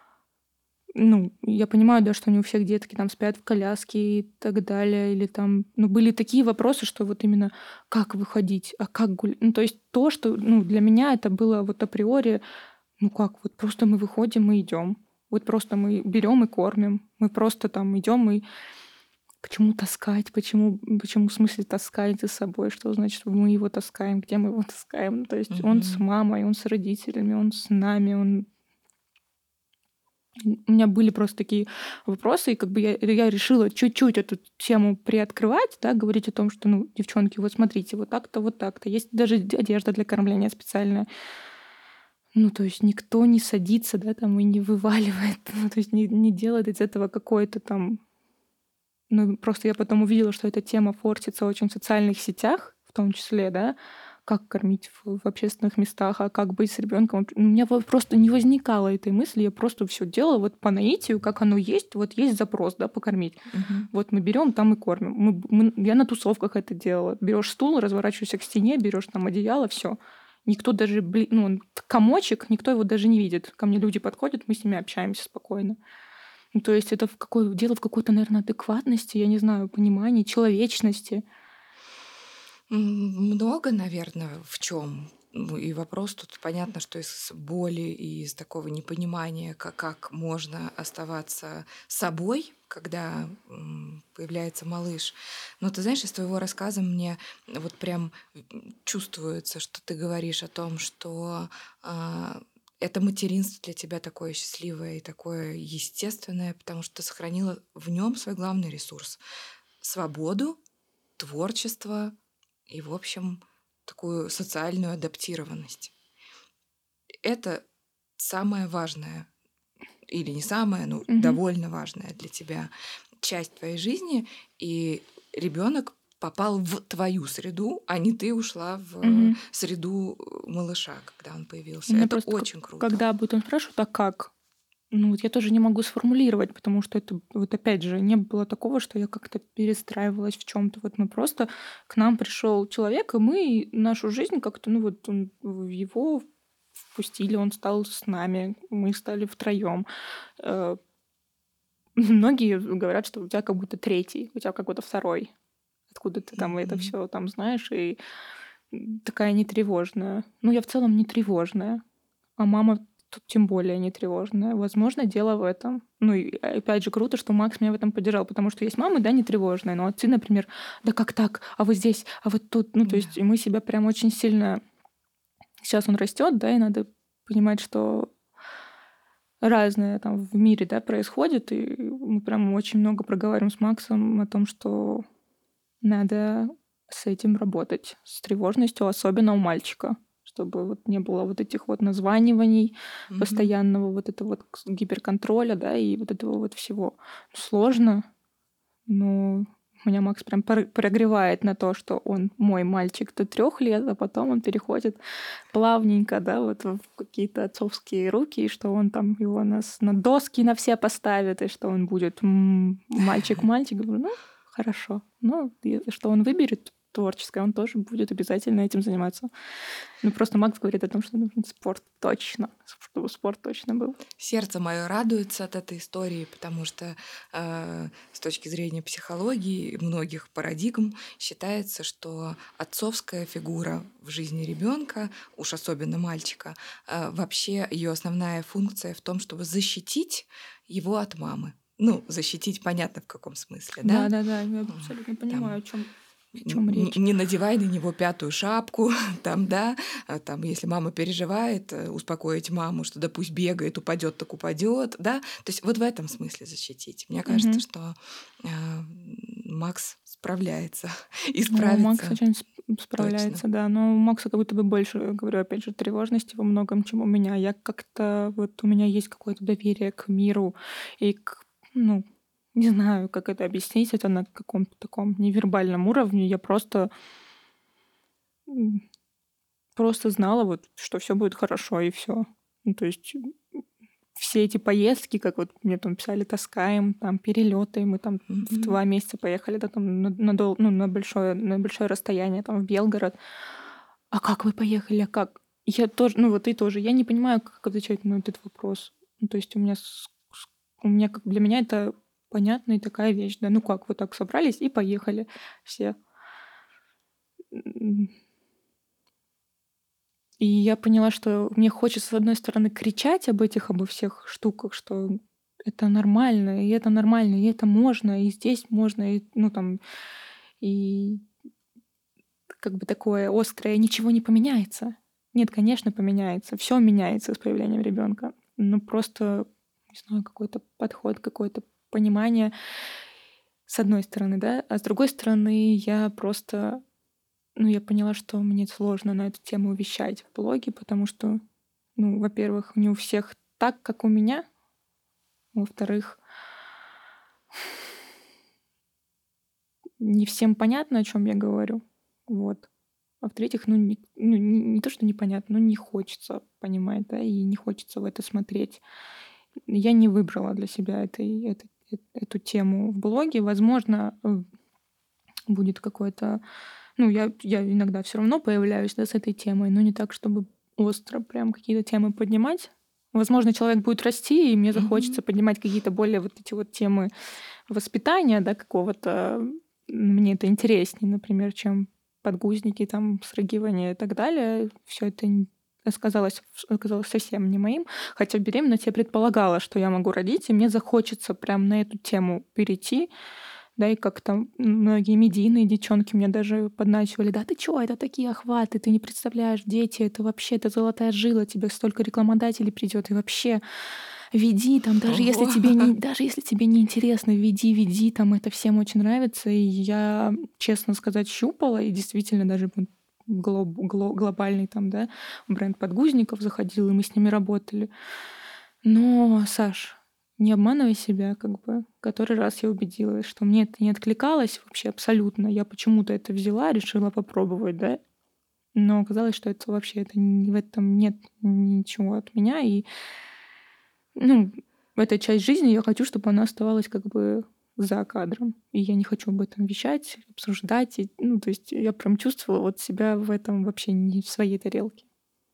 ну, я понимаю, да, что не у всех детки там спят в коляске и так далее, или там, ну, были такие вопросы, что вот именно как выходить, а как гулять. Ну, то есть то, что, ну, для меня это было вот априори, ну как, вот просто мы выходим и идем. Вот просто мы берем и кормим. Мы просто там идем и почему таскать? Почему, почему в смысле таскать за собой? Что значит, что мы его таскаем? Где мы его таскаем? Ну, то есть он с Мгм. мамой, он с родителями, он с нами, он У меня были просто такие вопросы, и как бы я, я решила чуть-чуть эту тему приоткрывать, да, говорить о том, что, ну, девчонки, вот смотрите, вот так-то, вот так-то. Есть даже одежда для кормления специальная. Ну, то есть никто не садится, да, там и не вываливает, ну, то есть не, не делает из этого какой-то там... Ну, просто я потом увидела, что эта тема форсится очень в социальных сетях, в том числе, да, как кормить в, в общественных местах, а как быть с ребенком. У меня вот просто не возникало этой мысли, я просто все делала вот по наитию, как оно есть, вот есть запрос, да, покормить. Мгм. Вот мы берем там и кормим. Мы, мы- я на тусовках это делала. Берешь стул, разворачиваешься к стене, берешь там одеяло, все. Никто даже, бли- ну, он комочек, никто его даже не видит. Ко мне люди подходят, мы с ними общаемся спокойно. Ну, то есть это в какое, дело в какой-то, наверное, адекватности, я не знаю, понимании, человечности. М, Много, наверное, в чем. И вопрос тут понятно, что из боли и из такого непонимания, как, как можно оставаться собой, когда м, появляется малыш. Но ты знаешь, из твоего рассказа мне вот прям м, чувствуется, что ты говоришь о том, что а, это материнство для тебя такое счастливое и такое естественное, потому что ты сохранила в нем свой главный ресурс — свободу, творчество и, в общем, такую социальную адаптированность. Это самое важное, или не самое, но Мгм. довольно важная для тебя часть твоей жизни, и ребенок попал в твою среду, а не ты ушла в Мгм. среду э, малыша, когда он У появился. меня Это просто, к- очень круто. когда об этом спрашивают, а как? Ну, вот я тоже не могу сформулировать, потому что это, вот опять же, не было такого, что я как-то перестраивалась в чем-то. Вот мы просто, к нам пришел человек, и мы нашу жизнь как-то, ну вот он, в его впустили, он стал с нами, мы стали втроем. Э, Многие говорят, что у тебя как будто третий, у тебя как будто второй. Откуда ты там это Мгм. все там знаешь, и м, такая нетревожная. Ну, я в целом не тревожная. А мама тут тем более не тревожная. Возможно, дело в этом. Ну, и опять же, круто, что Макс меня в этом поддержал, потому что есть мамы, да, не тревожные, но отцы, например, да как так, а вот здесь, а вот тут. Ну, то есть Да. и мы себя прям очень сильно... Сейчас он растет, да, и надо понимать, что разное там в мире, да, происходит, и мы прям очень много проговариваем с Максом о том, что надо с этим работать, с тревожностью, особенно у мальчика, чтобы вот не было вот этих вот названиваний, Мгм. постоянного вот этого вот к- гиперконтроля, да, и вот этого вот всего. Сложно, но меня Макс прям пор- прогревает на то, что он мой мальчик до трех лет, а потом он переходит плавненько, да, вот в какие-то отцовские руки, и что он там его нас на доски на все поставит, и что он будет м, мальчик-мальчик. Говорю, ну, хорошо. Ну, и что он выберет творческое, он тоже будет обязательно этим заниматься. Ну, просто Макс говорит о том, что нужен спорт точно, чтобы спорт точно был. Сердце мое радуется от этой истории, потому что э, с точки зрения психологии и многих парадигм считается, что отцовская фигура в жизни ребенка, уж особенно мальчика, э, вообще ее основная функция в том, чтобы защитить его от мамы. Ну, защитить, понятно, в каком смысле, да? Да, да, да, я М, абсолютно понимаю, Там о чем о чем н- речь. не надевай на него пятую шапку, там, да, а там, если мама переживает, э, успокоить маму, что да пусть бегает, упадет, так упадет, да, то есть вот в этом смысле защитить. Мне кажется, Мгм. что э, Макс справляется и Ну, Макс справится очень сп- точно. справляется, да. Но у Макса как будто бы больше, говорю, опять же, тревожности во многом, чем у меня. Я как-то, вот у меня есть какое-то доверие к миру и к, ну, не знаю, как это объяснить, это на каком-то таком невербальном уровне. Я просто, м, просто знала, вот, что все будет хорошо, и все. Ну, то есть все эти поездки, как вот мне там писали, таскаем, там перелеты, мы там в Мгм. два месяца поехали, да, там на, на дол- ну, на большое, на большое расстояние, там в Белгород. А как вы поехали? А как? Я тоже, ну вот ты тоже. Я не понимаю, как отвечать на этот вопрос. Ну, то есть у меня, с- с- у меня как для меня это понятная такая вещь, да. Ну как, вот так собрались и поехали все. М, И я поняла, что мне хочется, с одной стороны, кричать об этих, обо всех штуках, что это нормально, и это нормально, и это можно, и здесь можно, и, ну там, и как бы такое острое, ничего не поменяется. Нет, конечно, поменяется. Все меняется с появлением ребенка. Ну, просто не знаю, какой-то подход, какое-то понимание, с одной стороны, да. А с другой стороны, я просто, ну, я поняла, что мне сложно на эту тему вещать в блоге, потому что, ну, во-первых, не у всех так, как у меня. Во-вторых, не всем понятно, о чем я говорю. Вот. А в-третьих, ну, не, ну, не, не то, что непонятно, но не хочется понимать, да, и не хочется в это смотреть. Я не выбрала для себя этой, этой- э- эту тему в блоге. Возможно, э, будет какой-то... Ну, я, я иногда все равно появляюсь, да, с этой темой, но не так, чтобы остро прям какие-то темы поднимать. Возможно, человек будет расти, и мне захочется Мгм. поднимать какие-то более вот эти вот темы воспитания, да, какого-то. Мне это интереснее, например, чем подгузники, там, срыгивание и так далее. Все это н- оказалось, оказалось совсем не моим. Хотя в беременности я предполагала, что я могу родить, и мне захочется прям на эту тему перейти. Да, и как там многие медийные девчонки мне даже подначивали: да ты чё, это такие охваты, ты не представляешь, дети, это вообще, это золотая жила, тебе столько рекламодателей придет, и вообще веди там, даже если Ого. тебе не, даже если тебе не интересно, веди, веди, там это всем очень нравится. И я, честно сказать, щупала, и действительно даже вот глоб- гло- глобальный там, да, бренд подгузников заходил, и мы с ними работали. Но, Саш, не обманывай себя, как бы. Который раз я убедилась, что мне это не откликалось вообще абсолютно. Я почему-то это взяла, решила попробовать, да. Но оказалось, что это вообще это не- в этом нет ничего от меня. И, ну, эта часть жизни я хочу, чтобы она оставалась как бы за кадром. И я не хочу об этом вещать, обсуждать. И, ну, то есть я прям чувствовала вот себя в этом вообще не в своей тарелке.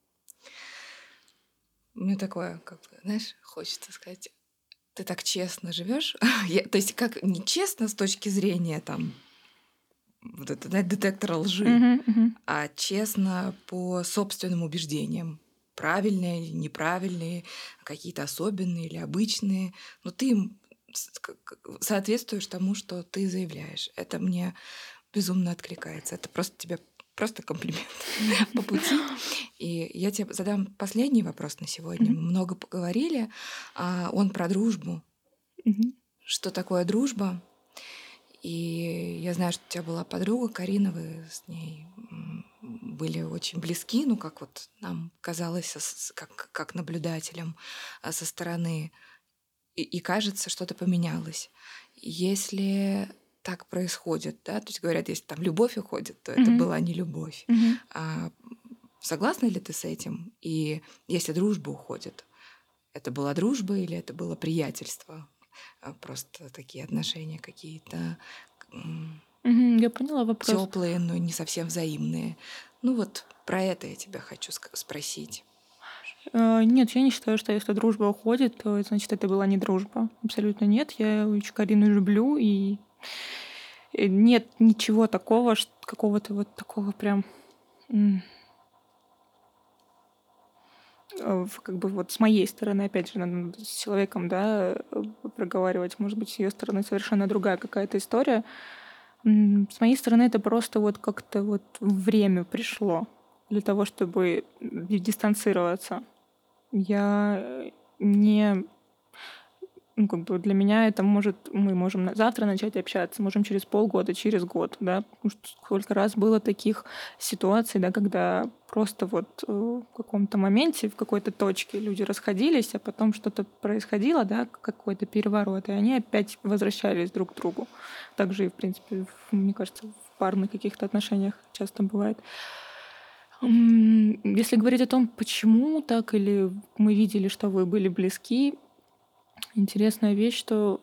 Мне такое, как бы, знаешь, хочется сказать, ты так честно живешь. То есть как нечестно с точки зрения там вот это, да, детектора лжи, Мгм, мгм. а честно по собственным убеждениям. Правильные или неправильные, какие-то особенные или обычные. Но ты им с- к- к- соответствуешь тому, что ты заявляешь. Это мне безумно откликается. Это просто тебе просто комплимент по пути. И я тебе задам последний вопрос на сегодня. Мгм, Мы много поговорили, а он про дружбу. мгм, Что такое дружба? И я знаю, что у тебя была подруга Карина, вы с ней м, были очень близки, ну, как вот нам казалось, со- с- как, как наблюдателям а, со стороны. И, и кажется, что-то поменялось. Если так происходит, да, то есть говорят, если там любовь уходит, то это мгм, была не любовь. мгм. А согласна ли ты с этим? И если дружба уходит, это была дружба или это было приятельство? А, Просто такие отношения какие-то Мгм. Я поняла вопрос. теплые, но не совсем взаимные. Ну вот про это я тебя хочу ск- спросить. Э, Нет, я не считаю, что если дружба уходит, то значит это была не дружба. Абсолютно нет. Я очень Карину люблю, и э, нет ничего такого, ш- какого-то вот такого прям м, э, в- как бы вот с моей стороны, опять же, надо с человеком, да, э, проговаривать. Может быть, с ее стороны совершенно другая какая-то история. М, С моей стороны это просто вот как-то вот время пришло для того, чтобы м, дистанцироваться. Я э, не Ну, как бы для меня это может... Мы можем на- завтра начать общаться, можем через полгода, через год, да. Потому что сколько раз было таких ситуаций, да, когда просто вот э, в каком-то моменте, в какой-то точке люди расходились, а потом что-то происходило, да, какой-то переворот, и они опять возвращались друг к другу. Также и, в принципе, в- мне кажется, в парных каких-то отношениях часто бывает. М, Если говорить о том, почему так, или мы видели, что вы были близки, интересная вещь, что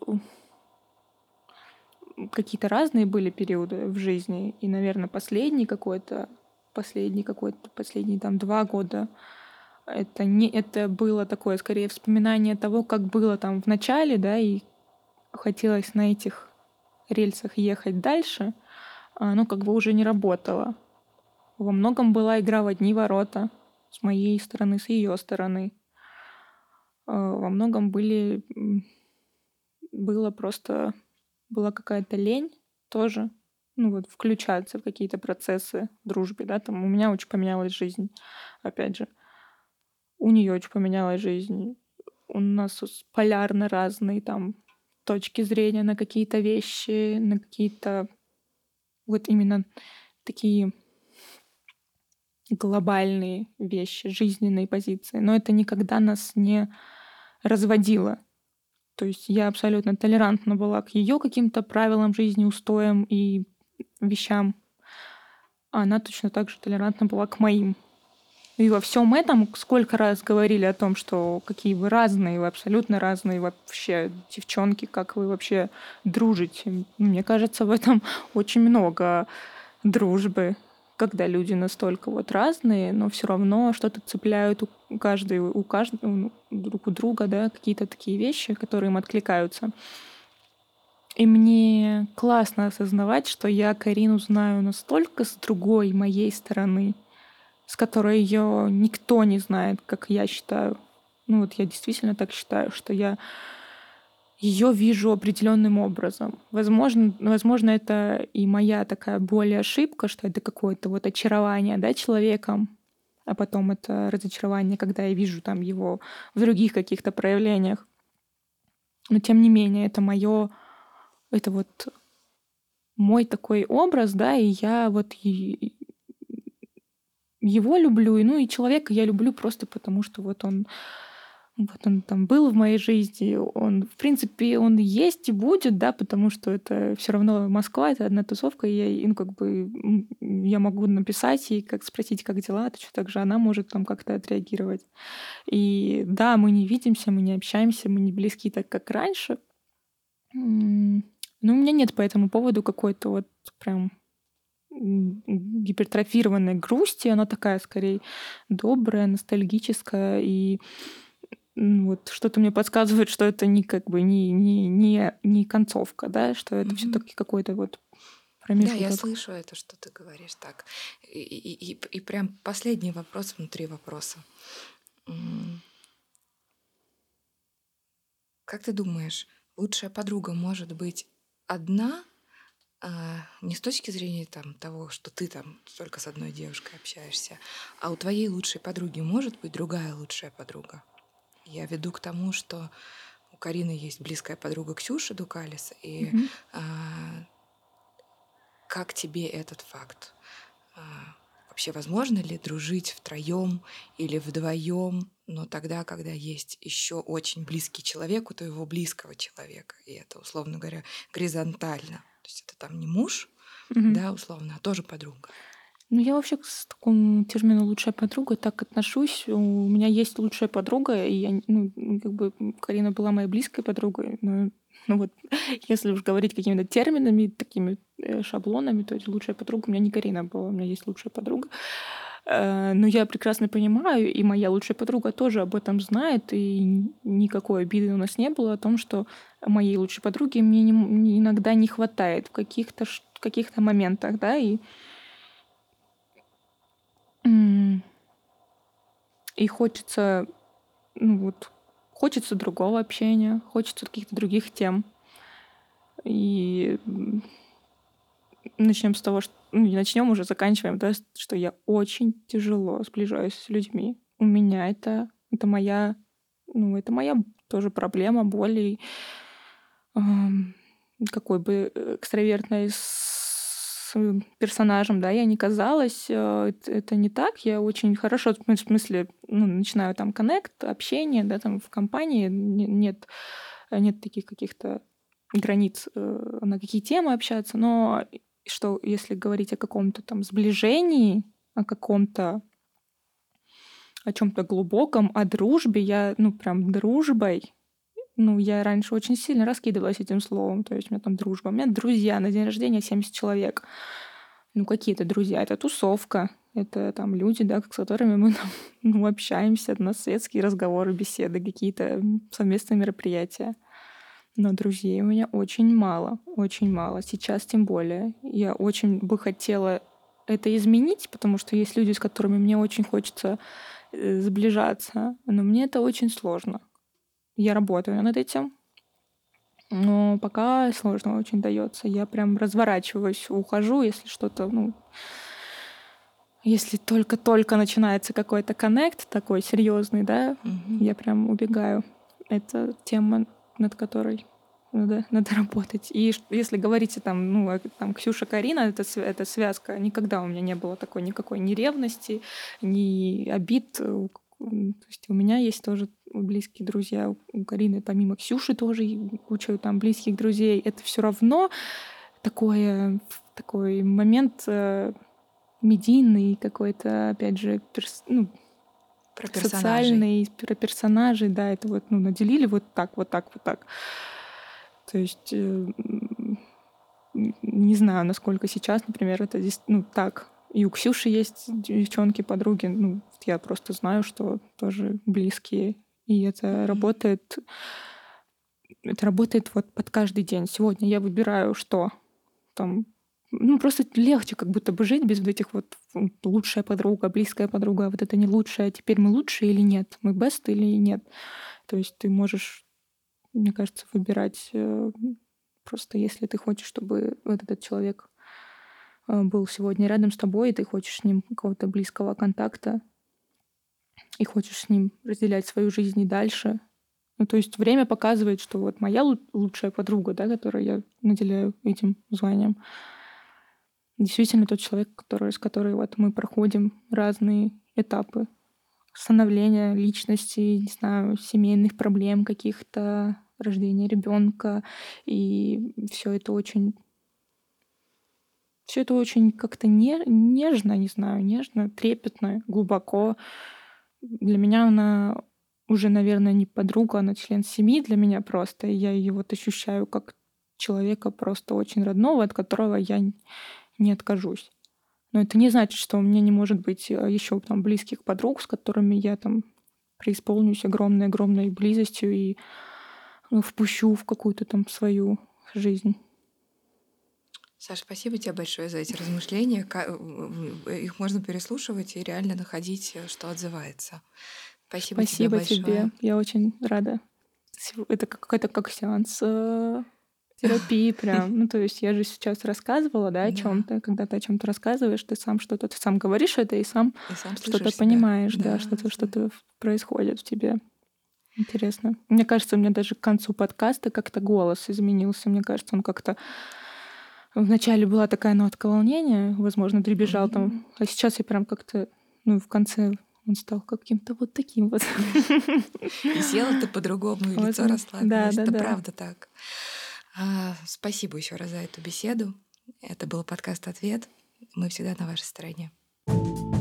какие-то разные были периоды в жизни. И, наверное, последний какой-то, последний какой-то, последние там два года, это, не, это было такое, скорее, вспоминание того, как было там в начале, да, и хотелось на этих рельсах ехать дальше, а оно как бы уже не работало. Во многом была игра в одни ворота с моей стороны, с ее стороны. А, Во многом были, м, было просто была какая-то лень тоже, ну вот включаться в какие-то процессы в дружбе, да, там у меня очень поменялась жизнь, опять же, у нее очень поменялась жизнь. у нас ус- полярно разные там точки зрения на какие-то вещи, на какие-то вот именно такие глобальные вещи, жизненные позиции. Но это никогда нас не разводило. То есть я абсолютно толерантна была к ее каким-то правилам жизни, устоям и вещам, а она точно так же толерантна была к моим. И во всем этом сколько раз говорили о том, что какие вы разные, вы абсолютно разные вообще девчонки, как вы вообще дружите. Мне кажется, в этом очень много дружбы, когда люди настолько вот разные, но все равно что-то цепляют у каждой, у каждого, ну, друг у друга, да, какие-то такие вещи, которые им откликаются. И мне классно осознавать, что я Карину знаю настолько с другой моей стороны, с которой ее никто не знает, как я считаю. Ну вот я действительно так считаю, что я ее вижу определенным образом. Возможно, возможно, это и моя такая более ошибка, что это какое-то вот очарование, да, человеком, а потом это разочарование, когда я вижу там его в других каких-то проявлениях. Но тем не менее, это мое, это вот мой такой образ, да, и я вот и- его люблю, и ну и человека я люблю просто потому, что вот он вот он там был в моей жизни, он, в принципе, он есть и будет, да, потому что это все равно Москва, это одна тусовка, и я, и, ну, как бы, м, я могу написать и как спросить, как дела, точно так же она может там как-то отреагировать. И да, мы не видимся, мы не общаемся, мы не близки так, как раньше. М, Но у меня нет по этому поводу какой-то вот прям м, гипертрофированной грусти, она такая скорее добрая, ностальгическая, и м, вот что-то мне подсказывает, что это не как бы не, не, не, не концовка, да, что это Мгм. все-таки какой-то вот Да, я промежуток. слышу это, что ты говоришь так. И, и- и- и прям последний вопрос внутри вопроса. М, Как ты думаешь, лучшая подруга может быть одна, а, не с точки зрения там, того, что ты там только с одной девушкой общаешься, а у твоей лучшей подруги может быть другая лучшая подруга? Я веду к тому, что у Карины есть близкая подруга Ксюша Дукалис, и Мгм. а, как тебе этот факт? А, Вообще возможно ли дружить втроем или вдвоем, но тогда, когда есть еще очень близкий человек у твоего близкого человека, и это, условно говоря, горизонтально. То есть это там не муж, Мгм. да, условно, а тоже подруга. Ну, я вообще к с такому термину «лучшая подруга» так отношусь. У меня есть лучшая подруга, и я, н- ну, м, как бы м, Карина была моей близкой подругой. Но, ну вот, если уж говорить какими-то терминами, такими э, шаблонами, то есть лучшая подруга у меня не Карина была, у меня есть лучшая подруга. Э, Но я прекрасно понимаю, и моя лучшая подруга тоже об этом знает, и н- никакой обиды у нас не было о том, что моей лучшей подруге мне не м- не- иногда не хватает в каких-то ш- в каких-то моментах, да, и м, И хочется, ну вот, хочется другого общения, хочется каких-то других тем. И начнем с того, что ну, начнем уже, заканчиваем, да, с- что я очень тяжело сближаюсь с людьми. У меня это, это моя, ну, это моя тоже проблема, боль. И ам, какой бы э, экстравертной с персонажем, да, я не казалась, э, это это не так. Я очень хорошо, в смыс- в смысле, ну, начинаю там коннект, общение, да, там в компании не- нет, э, нет таких каких-то границ, э, на какие темы общаться, но что если говорить о каком-то там сближении, о каком-то, о чем-то глубоком, о дружбе, я, ну, прям дружбой ну, я раньше очень сильно раскидывалась этим словом. То есть у меня там дружба. У меня друзья на день рождения семьдесят человек. Ну, какие это друзья? Это тусовка. Это там люди, да, с которыми мы там, ну, общаемся. У нас светские разговоры, беседы, какие-то м, совместные мероприятия. Но друзей у меня очень мало. Очень мало. Сейчас тем более. Я очень бы хотела это изменить, потому что есть люди, с которыми мне очень хочется э, сближаться. Но мне это очень сложно. Я работаю над этим, но пока сложно очень дается. Я прям разворачиваюсь, ухожу, если что-то, ну, если только-только начинается какой-то коннект такой серьезный, да, Мгм. я прям убегаю. это тема, над которой надо, надо работать. И ш- если говорить там, ну, а там Ксюша, Карина, это, св- это связка. Никогда у меня не было такой никакой ни ревности, ни обид. У- м, То есть у меня есть тоже близкие друзья. У у Карины помимо Ксюши тоже и куча там близких друзей. Это все равно такое, такой момент э, медийный какой-то, опять же, перс- ну, Про персонажей. социальный, про персонажей, да, это вот, ну, наделили вот так, вот так, вот так. То есть э, м, не знаю, насколько сейчас, например, это здесь, ну, так. И у Ксюши есть девчонки, подруги, ну, я просто знаю, что тоже близкие. И это Мгм. работает, это работает вот под каждый день. Сегодня я выбираю, что там, ну, просто легче как будто бы жить без вот этих вот м, лучшая подруга, близкая подруга, а вот это не лучшая, теперь мы лучшие или нет, мы best или нет. То есть ты можешь, мне кажется, выбирать э, просто если ты хочешь, чтобы вот этот человек э, был сегодня рядом с тобой, и ты хочешь с ним какого-то близкого контакта, и хочешь с ним разделять свою жизнь и дальше. Ну, то есть время показывает, что вот моя лу- лучшая подруга, да, которую я наделяю этим званием, действительно тот человек, который, с которой вот мы проходим разные этапы становления личности, не знаю, семейных проблем каких-то, рождения ребенка. И все это очень все это очень как-то не, нежно, не знаю, нежно, трепетно, глубоко. Для меня она уже, наверное, не подруга, она член семьи для меня просто. И я ее вот ощущаю как человека просто очень родного, от которого я н- не откажусь. Но это не значит, что у меня не может быть еще там близких подруг, с которыми я там преисполнюсь огромной-огромной близостью и ну, впущу в какую-то там свою жизнь. Саш, спасибо тебе большое за эти размышления. Ка- э, Их можно переслушивать и реально находить, э, что отзывается. Спасибо тебе Спасибо тебе. большое. Я очень рада. Сего- Это как- какой-то как сеанс э, терапии прям. Ну, то есть я же сейчас рассказывала, да, о Да. чем-то. Когда ты о чем-то рассказываешь, ты сам что-то, ты сам говоришь это и сам И сам что-то слышишь себя. понимаешь, да, Да, что-то да. что-то происходит в тебе. Интересно. Мне кажется, у меня даже к концу подкаста как-то голос изменился. Мне кажется, он как-то вначале была такая нотка волнения, возможно, дребезжал М. там, а сейчас я прям как-то, ну, в конце он стал каким-то вот таким вот. И села ты по-другому, и лицо Возможно. Да, расслабилось. да, Это да. правда так. А, Спасибо еще раз за эту беседу. Это был подкаст «Ответ». Мы всегда на вашей стороне.